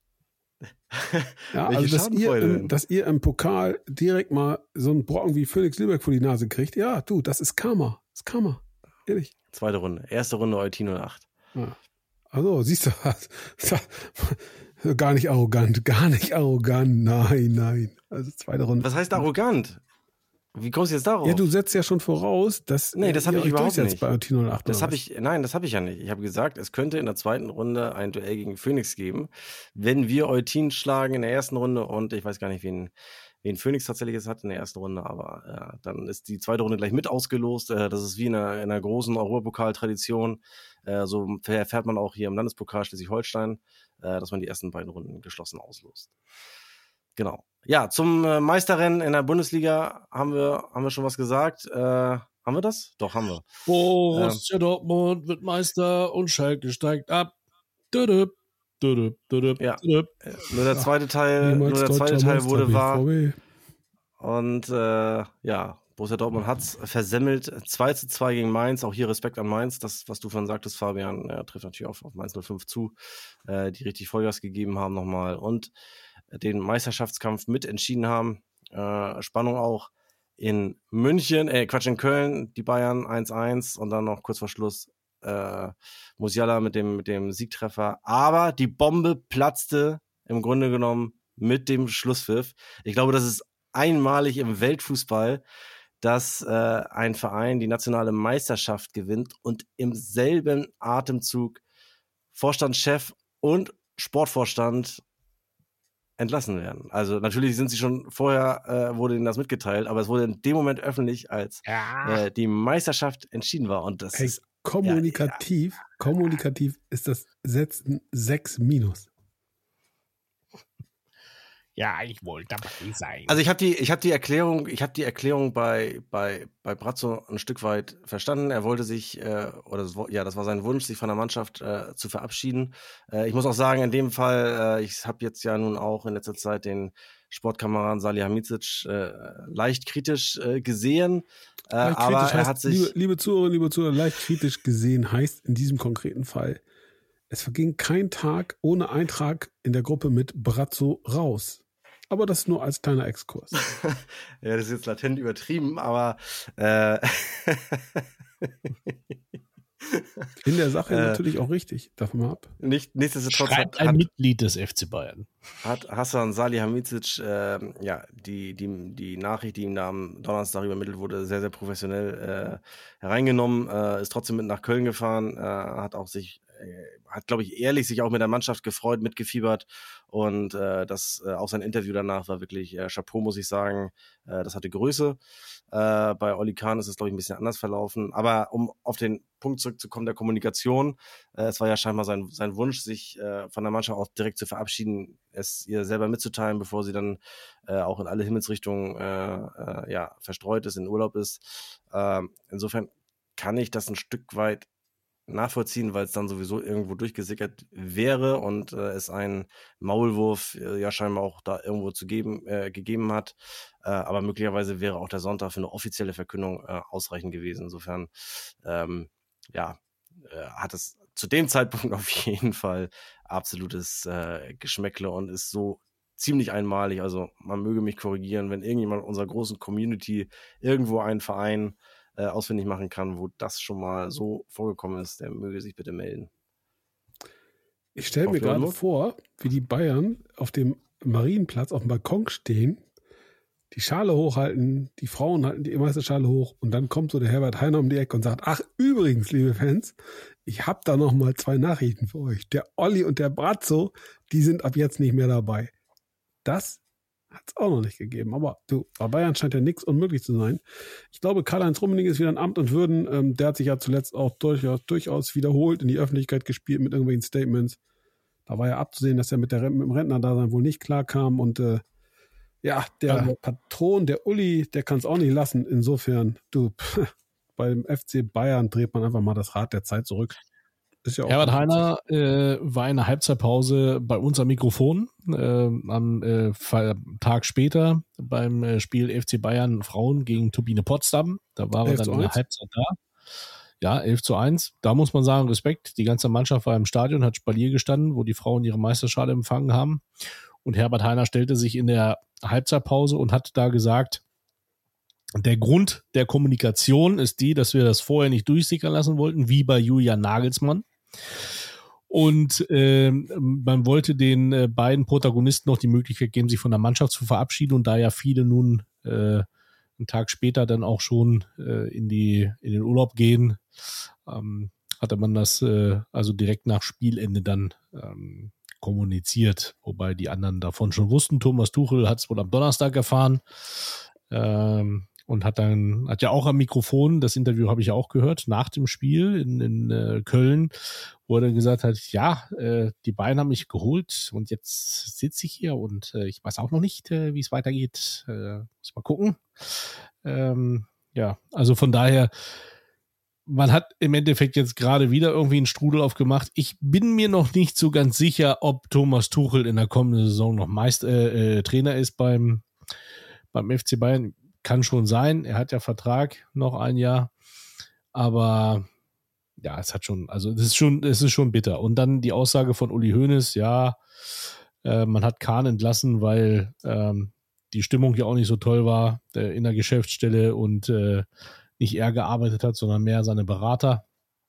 Ja, Welche also dass ihr, Schadenfreude im, denn? dass ihr im Pokal direkt mal so einen Brocken wie Phoenix Lübeck vor die Nase kriegt, ja, du, das ist Karma. Das ist Karma. Ehrlich. Zweite Runde. Erste Runde Eutin null acht. Ja. Also, siehst du was? Gar nicht arrogant, gar nicht arrogant. Nein, nein. Also zweite Runde. Was heißt arrogant? Wie kommst du jetzt darauf? Ja, du setzt ja schon voraus, dass Nee, das ihr habe ich euch überhaupt durchsetzt nicht. bei Eutin null acht. Das oder habe was? ich, nein, das habe ich ja nicht. Ich habe gesagt, es könnte in der zweiten Runde ein Duell gegen Phoenix geben. Wenn wir Eutin schlagen in der ersten Runde und ich weiß gar nicht, wen, wen Phoenix tatsächlich es hat in der ersten Runde, aber ja, dann ist die zweite Runde gleich mit ausgelost. Äh, das ist wie in einer, in einer großen Europapokal-Tradition. Äh, so erfährt man auch hier im Landespokal Schleswig-Holstein, äh, dass man die ersten beiden Runden geschlossen auslost. Genau. Ja, zum äh, Meisterrennen in der Bundesliga haben wir, haben wir schon was gesagt. Äh, haben wir das? Doch, haben wir. Borussia Dortmund wird Meister und Schalke steigt ab. Dödöp, dödöp, dödöp, Ja. dödöp. Nur der zweite Teil, nur Niemals der zweite deutscher Teil Meister, wurde wahr. B V B. Und äh, ja, Borussia Dortmund hat's versemmelt. zwei zu zwei gegen Mainz. Auch hier Respekt an Mainz. Das, was du vorhin sagtest, Fabian, ja, trifft natürlich auf, auf Mainz null fünf zu, äh, die richtig Vollgas gegeben haben nochmal und den Meisterschaftskampf mitentschieden haben. Äh, Spannung auch in München, äh, Quatsch, in Köln, die Bayern eins eins und dann noch kurz vor Schluss äh, Musiala mit dem, mit dem Siegtreffer. Aber die Bombe platzte im Grunde genommen mit dem Schlusspfiff. Ich glaube, das ist einmalig im Weltfußball, dass äh, ein Verein die nationale Meisterschaft gewinnt und im selben Atemzug Vorstand, Chef und Sportvorstand entlassen werden. Also natürlich sind sie schon vorher, äh, wurde ihnen das mitgeteilt, aber es wurde in dem Moment öffentlich, als äh, die Meisterschaft entschieden war. Und das Hey, ist kommunikativ, ja, ja. kommunikativ ist das Setzen sechs minus. Ja, ich wollte dabei sein. Also ich habe die, ich habe die Erklärung, ich habe die Erklärung bei bei bei Brazzo ein Stück weit verstanden. Er wollte sich äh, oder das, ja, das war sein Wunsch, sich von der Mannschaft äh, zu verabschieden. Äh, ich muss auch sagen, in dem Fall, äh, ich habe jetzt ja nun auch in letzter Zeit den Sportkameraden Salihamidzic äh, leicht kritisch äh, gesehen, äh, Leicht aber kritisch er heißt, hat sich liebe, liebe Zuhörerinnen, liebe Zuhörer, leicht kritisch gesehen heißt in diesem konkreten Fall, es verging kein Tag ohne Eintrag in der Gruppe mit Brazzo raus. Aber das nur als kleiner Exkurs. ja, das ist jetzt latent übertrieben, aber äh, in der Sache äh, natürlich auch richtig. Davon mal ab. nicht, nichtsdestotrotz Schreibt hat, ein hat, Mitglied des F C Bayern. hat Hasan Salihamidzic äh, ja, die, die, die Nachricht, die ihm da am Donnerstag übermittelt wurde, sehr, sehr professionell äh, hereingenommen, äh, ist trotzdem mit nach Köln gefahren, äh, hat auch sich hat, glaube ich, ehrlich sich auch mit der Mannschaft gefreut, mitgefiebert und äh, das äh, auch sein Interview danach war wirklich äh, Chapeau, muss ich sagen. Äh, das hatte Größe. Äh, bei Oli Kahn ist es, glaube ich, ein bisschen anders verlaufen. Aber um auf den Punkt zurückzukommen, der Kommunikation, äh, es war ja scheinbar sein, sein Wunsch, sich äh, von der Mannschaft auch direkt zu verabschieden, es ihr selber mitzuteilen, bevor sie dann äh, auch in alle Himmelsrichtungen äh, äh, ja, verstreut ist, in Urlaub ist. Äh, insofern kann ich das ein Stück weit nachvollziehen, weil es dann sowieso irgendwo durchgesickert wäre und äh, es einen Maulwurf äh, ja scheinbar auch da irgendwo zu geben äh, gegeben hat. Äh, aber möglicherweise wäre auch der Sonntag für eine offizielle Verkündung äh, ausreichend gewesen. Insofern ähm, ja, äh, hat es zu dem Zeitpunkt auf jeden Fall absolutes äh, Geschmäckle und ist so ziemlich einmalig. Also man möge mich korrigieren, wenn irgendjemand unserer großen Community irgendwo einen Verein äh, ausfindig machen kann, wo das schon mal so vorgekommen ist, der möge sich bitte melden. Ich stelle mir gerade vor, wie die Bayern auf dem Marienplatz auf dem Balkon stehen, die Schale hochhalten, die Frauen halten die Meisterschale hoch und dann kommt so der Herbert Heiner um die Ecke und sagt, ach übrigens, liebe Fans, ich habe da noch mal zwei Nachrichten für euch. Der Olli und der Brazzo, die sind ab jetzt nicht mehr dabei. Das hat es auch noch nicht gegeben. Aber du, bei Bayern scheint ja nichts unmöglich zu sein. Ich glaube, Karl-Heinz Rummenigge ist wieder in Amt und Würden. Ähm, der hat sich ja zuletzt auch durchaus, durchaus wiederholt in die Öffentlichkeit gespielt mit irgendwelchen Statements. Da war ja abzusehen, dass er mit, der, mit dem Rentnerdasein wohl nicht klarkam. Und äh, ja, der ja. Patron, der Uli, der kann es auch nicht lassen. Insofern, du, pff, beim F C Bayern dreht man einfach mal das Rad der Zeit zurück. Ist ja auch Herbert Heiner äh, war in der Halbzeitpause bei uns am Mikrofon, äh, am äh, Tag später beim äh, Spiel F C Bayern Frauen gegen Turbine Potsdam. Da war er dann in der Halbzeit da. Ja, elf zu eins. Da muss man sagen, Respekt. Die ganze Mannschaft war im Stadion, hat Spalier gestanden, wo die Frauen ihre Meisterschale empfangen haben. Und Herbert Heiner stellte sich in der Halbzeitpause und hat da gesagt, der Grund der Kommunikation ist die, dass wir das vorher nicht durchsickern lassen wollten, wie bei Julian Nagelsmann. Und äh, man wollte den äh, beiden Protagonisten noch die Möglichkeit geben, sich von der Mannschaft zu verabschieden. Und da ja viele nun äh, einen Tag später dann auch schon äh, in, die, in den Urlaub gehen, ähm, hatte man das äh, also direkt nach Spielende dann ähm, kommuniziert. Wobei die anderen davon schon wussten. Thomas Tuchel hat es wohl am Donnerstag erfahren. Ähm, Und hat dann, hat ja auch am Mikrofon, das Interview habe ich ja auch gehört, nach dem Spiel in, in äh, Köln, wo er dann gesagt hat, ja, äh, die Bayern haben mich geholt und jetzt sitze ich hier und äh, ich weiß auch noch nicht, äh, wie es weitergeht. Äh, muss mal gucken. Ähm, ja, also von daher, man hat im Endeffekt jetzt gerade wieder irgendwie einen Strudel aufgemacht. Ich bin mir noch nicht so ganz sicher, ob Thomas Tuchel in der kommenden Saison noch Meister, äh, äh, Trainer ist beim, beim F C Bayern. Kann schon sein, er hat ja Vertrag noch ein Jahr, aber ja, es hat schon, also es ist schon, es ist schon bitter. Und dann die Aussage von Uli Hoeneß, ja, äh, man hat Kahn entlassen, weil ähm, die Stimmung ja auch nicht so toll war äh, in der Geschäftsstelle und äh, nicht er gearbeitet hat, sondern mehr seine Berater.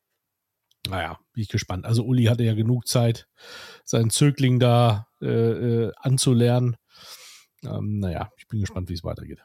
Naja, bin ich gespannt. Also Uli hatte ja genug Zeit, seinen Zögling da äh, äh, anzulernen. Ähm, naja, ich bin gespannt, wie es weitergeht.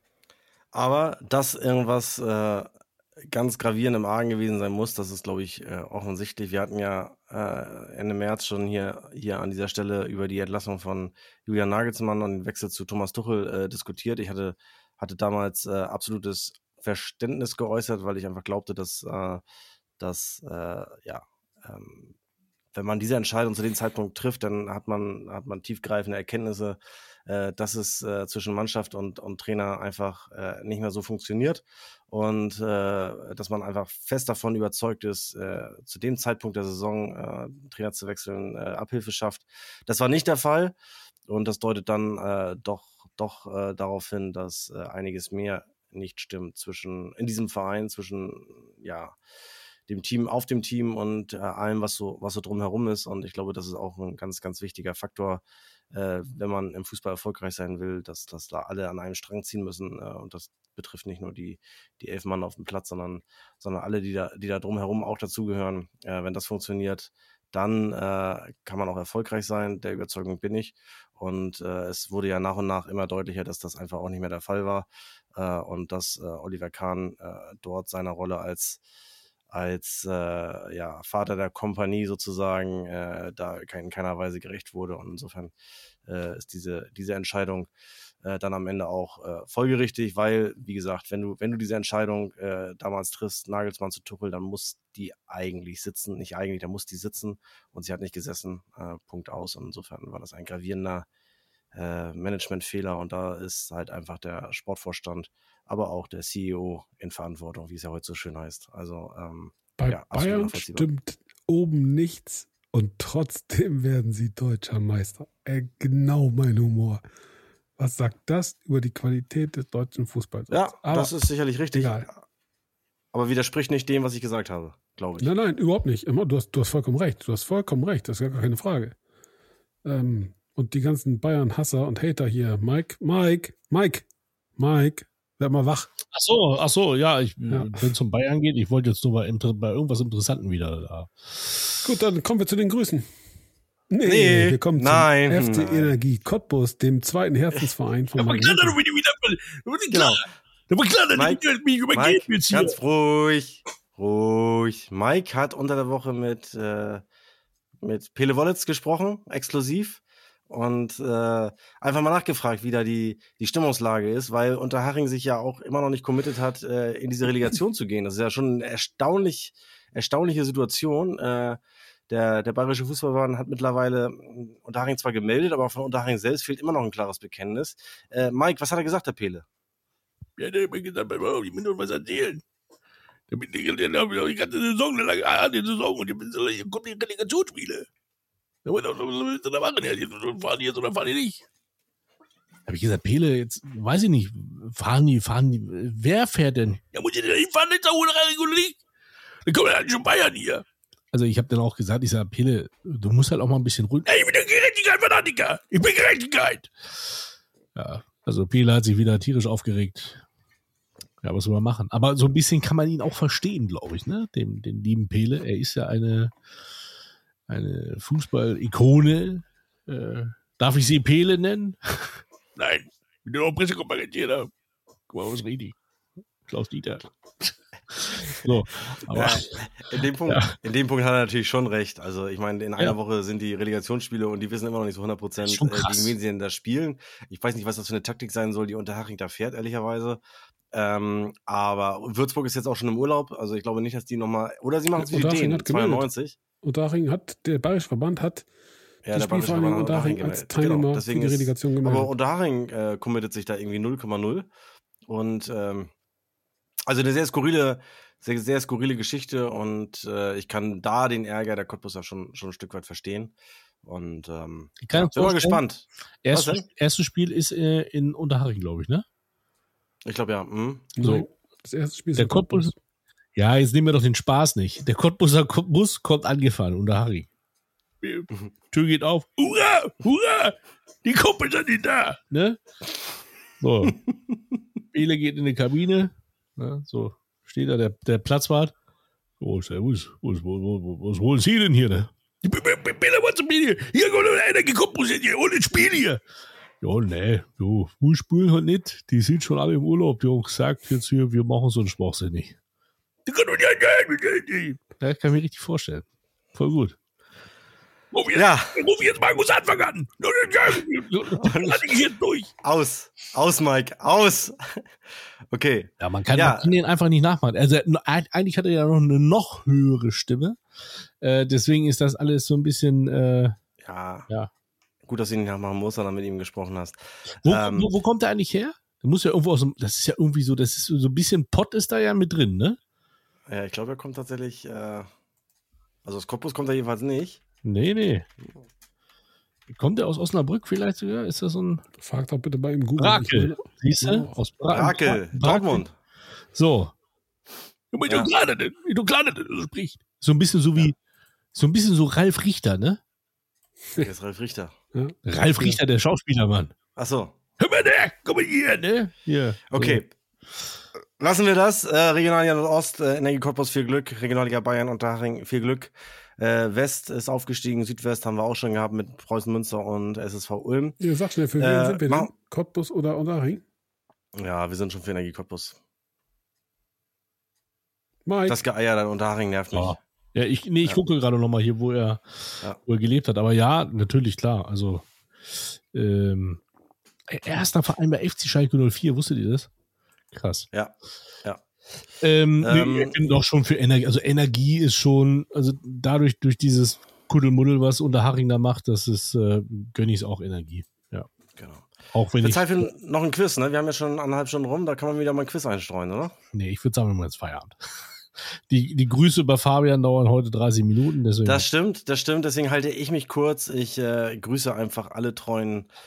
Aber dass irgendwas äh, ganz gravierend im Argen gewesen sein muss, das ist, glaube ich, äh, offensichtlich. Wir hatten ja äh, Ende März schon hier, hier an dieser Stelle über die Entlassung von Julian Nagelsmann und den Wechsel zu Thomas Tuchel äh, diskutiert. Ich hatte, hatte damals äh, absolutes Verständnis geäußert, weil ich einfach glaubte, dass, äh, dass äh, ja, ähm, wenn man diese Entscheidung zu dem Zeitpunkt trifft, dann hat man, hat man tiefgreifende Erkenntnisse, äh, dass es äh, zwischen Mannschaft und, und Trainer einfach äh, nicht mehr so funktioniert und äh, dass man einfach fest davon überzeugt ist, äh, zu dem Zeitpunkt der Saison äh, Trainer zu wechseln, äh, Abhilfe schafft. Das war nicht der Fall und das deutet dann äh, doch, doch äh, darauf hin, dass äh, einiges mehr nicht stimmt zwischen in diesem Verein, zwischen ja dem Team, auf dem Team und äh, allem, was so, was so drumherum ist. Und ich glaube, das ist auch ein ganz, ganz wichtiger Faktor, äh, wenn man im Fußball erfolgreich sein will, dass, dass da alle an einem Strang ziehen müssen. Äh, und das betrifft nicht nur die, die elf Mann auf dem Platz, sondern, sondern alle, die da, die da drumherum auch dazugehören. Äh, wenn das funktioniert, dann äh, kann man auch erfolgreich sein. Der Überzeugung bin ich. Und äh, es wurde ja nach und nach immer deutlicher, dass das einfach auch nicht mehr der Fall war. Äh, und dass äh, Oliver Kahn äh, dort seiner Rolle als als äh, ja, Vater der Kompanie sozusagen äh, da in keiner Weise gerecht wurde. Und insofern äh, ist diese, diese Entscheidung äh, dann am Ende auch äh, folgerichtig, weil, wie gesagt, wenn du, wenn du diese Entscheidung äh, damals triffst, Nagelsmann zu Tuchel, dann muss die eigentlich sitzen. Nicht eigentlich, da muss die sitzen. Und sie hat nicht gesessen. Äh, Punkt aus. Und insofern war das ein gravierender äh, Managementfehler. Und da ist halt einfach der Sportvorstand, aber auch der C E O in Verantwortung, wie es ja heute so schön heißt. Also ähm, bei ja, Bayern stimmt oben nichts und trotzdem werden sie deutscher Meister. Äh, genau mein Humor. Was sagt das über die Qualität des deutschen Fußballs? Ja, aber das ist sicherlich richtig. Egal. Aber widerspricht nicht dem, was ich gesagt habe, glaube ich. Nein, nein, überhaupt nicht. Du hast, du hast vollkommen recht. Du hast vollkommen recht. Das ist gar keine Frage. Ähm, Und die ganzen Bayern-Hasser und Hater hier. Mike, Mike, Mike, Mike, werd mal wach. Ach so, ach so, ja, ich, Ja. wenn es um Bayern geht, ich wollte jetzt nur bei, inter- bei irgendwas Interessanten wieder da. Gut, dann kommen wir zu den Grüßen. Nee, Nee, wir kommen nein, zum F C nein. Energie Cottbus, dem zweiten Herzensverein von Aber klar, Magdeburg. da bin ich wieder, da bin ich Genau. klar. Da bin ich klar, dass Mike, ich mich übergeben Mike, jetzt hier. ganz ruhig, ruhig. Mike hat unter der Woche mit, äh, mit Pele Wollitz gesprochen, exklusiv. Und äh, einfach mal nachgefragt, wie da die, die Stimmungslage ist, weil Unterhaching sich ja auch immer noch nicht committed hat, äh, in diese Relegation zu gehen. Das ist ja schon eine erstaunlich, erstaunliche Situation. Äh, der, der Bayerische Fußballverband hat mittlerweile Unterhaching zwar gemeldet, aber von Unterhaching selbst fehlt immer noch ein klares Bekenntnis. Äh, Mike, was hat er gesagt, der Pele? Ja, der hat mir gesagt, ich muss noch was erzählen. Da bin ich, der habe ich die ganze Saison, eine lange ah, die Saison, und jetzt kommen die Relegationsspiele. Da muss ich was da machen, ja, fahren die jetzt oder fahren die nicht? Habe ich gesagt, Pele, jetzt weiß ich nicht, fahren die, fahren die, wer fährt denn? Ja, muss ich denn nicht fahren, jetzt oder nicht? Dann kommen ja schon Bayern hier. Also ich habe dann auch gesagt, ich sage, Pele, du musst halt auch mal ein bisschen ruhig. Ja, ich bin der Gerechtigkeit-Fanatiker. Ich bin Gerechtigkeit. Ja, also Pele hat sich wieder tierisch aufgeregt. Ja, was soll man machen? Aber so ein bisschen kann man ihn auch verstehen, glaube ich, ne? Den, den lieben Pele. Er ist ja eine, eine Fußball-Ikone. Äh, darf ich sie Pele nennen? Nein, ich bin auch Pressekonferenz hier da. Guck mal, was richtig. Klaus Dieter. So, aber, Ja, in, dem Punkt, Ja. in dem Punkt hat er natürlich schon recht. Also ich meine, in einer Ja. Woche sind die Relegationsspiele und die wissen immer noch nicht so hundert Prozent, Das ist schon äh, krass. gegen wen sie denn da spielen. Ich weiß nicht, was das für eine Taktik sein soll, die Unterhaching da fährt, ehrlicherweise. Ähm, aber Würzburg ist jetzt auch schon im Urlaub. Also ich glaube nicht, dass die nochmal... Oder sie machen es wie die Unterhaching Dänen, hat gemeldet. zweiundneunzig. Unterhaching hat, der Bayerische Verband hat Ja, die der Bayerische Spielvereinigung Verband hat Unterhaching Unterhaching als gemeldet. Teilnehmer Genau, für deswegen die ist- Relegation gemeldet. Aber Unterhaching äh, committet sich da irgendwie null Komma null. Und ähm, also eine sehr skurrile, sehr, sehr skurrile Geschichte und äh, ich kann da den Ärger der Cottbusser schon, schon ein Stück weit verstehen. Und ähm, Ich kann ja, mir bin mal vorstellen, gespannt. Was erstes, denn? erstes Spiel ist äh, in Unterhaching, glaube ich, ne? Ich glaube ja. Hm. So. Nein, das erste Spiel ist Der in Cottbus. Cottbus. Ja, jetzt nehmen wir doch den Spaß nicht. Der Cottbuser Ko- Bus kommt angefahren, Unterhaching. Tür geht auf. Hurra! Hurra! Die Kumpel sind nicht da! Ne? So. Pele geht in die Kabine. Ne? So. Steht da der, der Platzwart. Oh, servus. Was, wo, wo, wo, was holen Sie denn hier, ne? Pele, was zum Spiel hier? Hier kommt einer gekommen, hier, ohne Spiel hier. Ja, ne, du, wir spielen halt nicht. Die sind schon alle im Urlaub. Die haben gesagt, jetzt hier, wir machen so einen Schwachsinn nicht. Das kann doch nicht sein. Das kann ich mir richtig vorstellen. Voll gut. Ruf jetzt, Ja. ruf jetzt Markus Anfang an. Lass ich jetzt durch. Aus. Aus, Mike. Aus. Okay. Ja, man kann, Ja. man kann den einfach nicht nachmachen. Also eigentlich hat er ja noch eine noch höhere Stimme. Äh, deswegen ist das alles so ein bisschen. Äh, Ja. Ja. Gut, dass du ihn nachmachen musst, dann mit ihm gesprochen hast. wo, Ähm, wo, wo kommt der eigentlich her? Der muss ja irgendwo aus dem. Das ist ja irgendwie so. Das ist so ein bisschen Pott ist da ja mit drin, ne? Ja, ich glaube, er kommt tatsächlich. Äh, also aus Cottbus kommt er jedenfalls nicht. Nee, nee. Kommt der aus Osnabrück vielleicht sogar? Ist das so ein. Frag doch bitte bei ihm Google. Brakel. Siehst du? Ja. Aus Bra Brakel, Bra- Dortmund. So. Ja. Ja. Du klar, wie du klar, das spricht. So ein bisschen so wie, so ein bisschen so Ralf Richter, ne? Der ist Ralf Richter. Ja. Ralf Richter, der Schauspieler, Mann. Ach so. Hör mal, der, komm mal hier, ne? Hier. Okay. Lassen wir das. Äh, Regionalliga Nordost, äh, Energie Cottbus, viel Glück. Regionalliga Bayern, Unterhaching, viel Glück. Äh, West ist aufgestiegen. Südwest haben wir auch schon gehabt mit Preußen Münster und S S V Ulm. Ihr sagt schnell, für wen Äh, sind wir mach- denn? Cottbus oder Unterhaching? Ja, wir sind schon für Energie Cottbus. Mike. Das Geeier dann Unterhaching nervt mich. Ja. Ja, ich, nee, ich Ja. gucke gerade nochmal hier, wo er, Ja. wo er gelebt hat. Aber ja, natürlich, klar. Also, ähm, erster Verein bei F C Schalke null vier, wusstet ihr das? Krass. Ja, ja. Ähm, Ähm, nee, ich bin doch schon für Energie. Also Energie ist schon, also dadurch, durch dieses Kuddelmuddel, was Unterhaching da macht, das ist, äh, gönne ich es auch Energie. Ja. Genau. Auch wenn Wird ich, Zeit für noch ein Quiz, ne? Wir haben ja schon anderthalb Stunden rum, da kann man wieder mal ein Quiz einstreuen, oder? nee, ich würde sagen, wir machen jetzt Feierabend. Die, die Grüße bei Fabian dauern heute dreißig Minuten, deswegen. Das stimmt, das stimmt, deswegen halte ich mich kurz. Ich äh, grüße einfach alle treuen,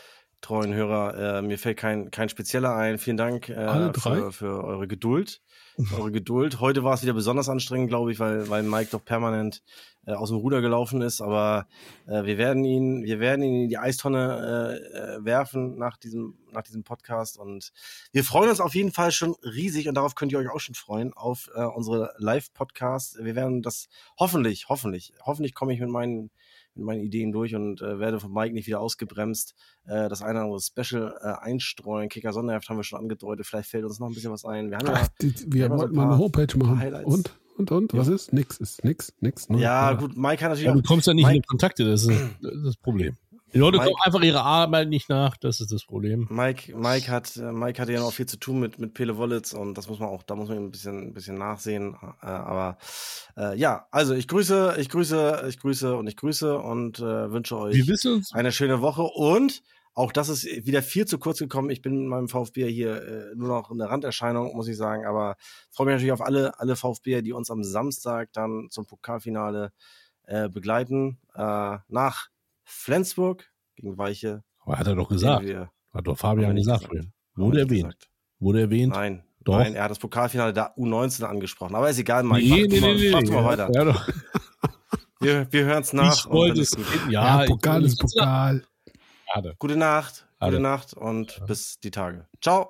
treuen Hörer. Äh, mir fällt kein, kein spezieller ein. Vielen Dank Alle äh, drei? für, für eure Geduld. Für eure Geduld. Heute war es wieder besonders anstrengend, glaube ich, weil, weil Mike doch permanent äh, aus dem Ruder gelaufen ist. Aber äh, wir werden ihn, wir werden ihn in die Eistonne äh, äh, werfen nach diesem, nach diesem Podcast. Und wir freuen uns auf jeden Fall schon riesig, und darauf könnt ihr euch auch schon freuen, auf äh, unsere Live-Podcasts. Wir werden das hoffentlich, hoffentlich, hoffentlich komme ich mit meinen mit meinen Ideen durch und äh, werde von Mike nicht wieder ausgebremst. Äh, das eine oder andere Special äh, einstreuen. Kicker Sonderheft haben wir schon angedeutet. Vielleicht fällt uns noch ein bisschen was ein. Wir haben Ach, ja, die, wir haben wollten so ein mal eine paar Homepage machen. Highlights. Und? Und, und? Was ist? Nix, ist nix, nix. Ne? Ja, gut, Mike kann natürlich Ja, auch... du kommst ja nicht Mike, in die Kontakte, das ist, das ist das Problem. Die Leute Mike- kommen einfach ihrer Arbeit nicht nach, das ist das Problem. Mike, Mike hat, äh, Mike hatte ja noch viel zu tun mit, mit Pele Wollitz, und das muss man auch, da muss man ein bisschen, ein bisschen nachsehen. Äh, aber äh, ja, also ich grüße, ich grüße, ich grüße und ich grüße und äh, wünsche euch Wir wissen uns, eine schöne Woche. Und auch das ist wieder viel zu kurz gekommen. Ich bin mit meinem VfB hier äh, nur noch eine Randerscheinung, muss ich sagen. Aber freue mich natürlich auf alle, alle VfB, die uns am Samstag dann zum Pokalfinale äh, begleiten. Äh, nach Flensburg gegen Weiche. aber hat er doch gesagt, Wir, hat doch Haben Fabian wir nicht gesagt. gesagt. vorhin. haben Wurde wir nicht erwähnt. gesagt. Wurde erwähnt. Nein, Doch. nein, er hat das Pokalfinale der U neunzehn angesprochen. Aber ist egal, Mike. Nee, mach nee, du mal, nee, mach nee. du mal weiter. Ja, doch. Wir, wir hören es nach. Ich und dann wollte ist es. gut. Ja, Ja, Pokal ich- ist Pokal. Schade. Gute Nacht, Alle. gute Nacht und bis die Tage. Ciao.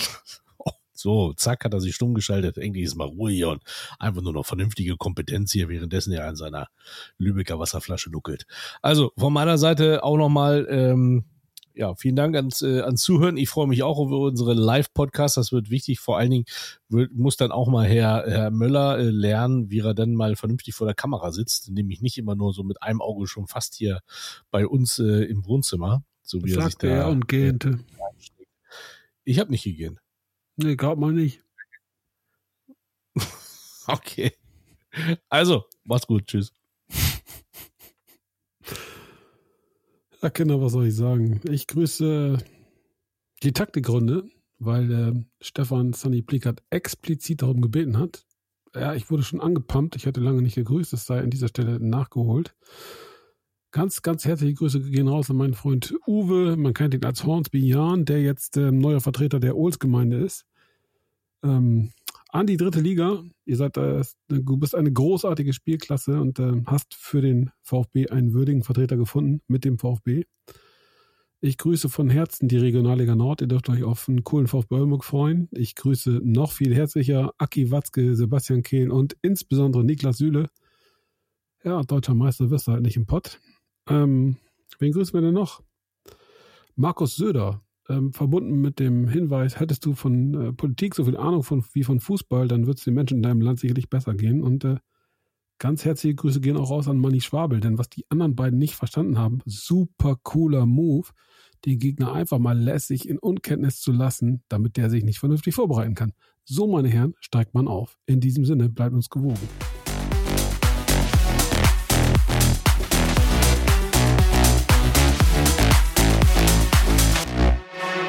So, zack, hat er sich stumm geschaltet. Irgendwie ist mal Ruhe hier und einfach nur noch vernünftige Kompetenz hier, währenddessen er an seiner Lübecker Wasserflasche nuckelt. Also, von meiner Seite auch nochmal, ähm, ja, vielen Dank ans, äh, ans Zuhören. Ich freue mich auch über unsere Live-Podcasts. Das wird wichtig. Vor allen Dingen wird, muss dann auch mal Herr, Herr Möller äh, lernen, wie er dann mal vernünftig vor der Kamera sitzt. Nämlich nicht immer nur so mit einem Auge schon fast hier bei uns äh, im Wohnzimmer. So wie er sich Sagte da, er und gähnte. Ich habe nicht gegeben. Nee, glaub mal nicht. Okay. Also, mach's gut. Tschüss. Ja, Kinder, was soll ich sagen? Ich grüße die Taktikrunde, weil äh, Stefan Sunny Plickert explizit darum gebeten hat. Ja, ich wurde schon angepumpt. Ich hatte lange nicht gegrüßt. Das sei an dieser Stelle nachgeholt. Ganz, ganz herzliche Grüße gehen raus an meinen Freund Uwe. Man kennt ihn als Hornsby Jahn, der jetzt äh, neuer Vertreter der Ohls-Gemeinde ist. Ähm, an die dritte Liga. Ihr seid, äh, du bist eine großartige Spielklasse und äh, hast für den VfB einen würdigen Vertreter gefunden mit dem VfB. Ich grüße von Herzen die Regionalliga Nord. Ihr dürft euch auf einen coolen VfB Oldenburg freuen. Ich grüße noch viel herzlicher Aki Watzke, Sebastian Kehl und insbesondere Niklas Süle. Ja, deutscher Meister wirst du halt nicht im Pott. Ähm, wen grüßen wir denn noch? Markus Söder. Ähm, verbunden mit dem Hinweis, hättest du von äh, Politik so viel Ahnung von, wie von Fußball, dann wird es den Menschen in deinem Land sicherlich besser gehen. Und äh, ganz herzliche Grüße gehen auch raus an Manni Schwabel, denn was die anderen beiden nicht verstanden haben, super cooler Move, den Gegner einfach mal lässig in Unkenntnis zu lassen, damit der sich nicht vernünftig vorbereiten kann. So, meine Herren, steigt man auf. In diesem Sinne, bleibt uns gewogen.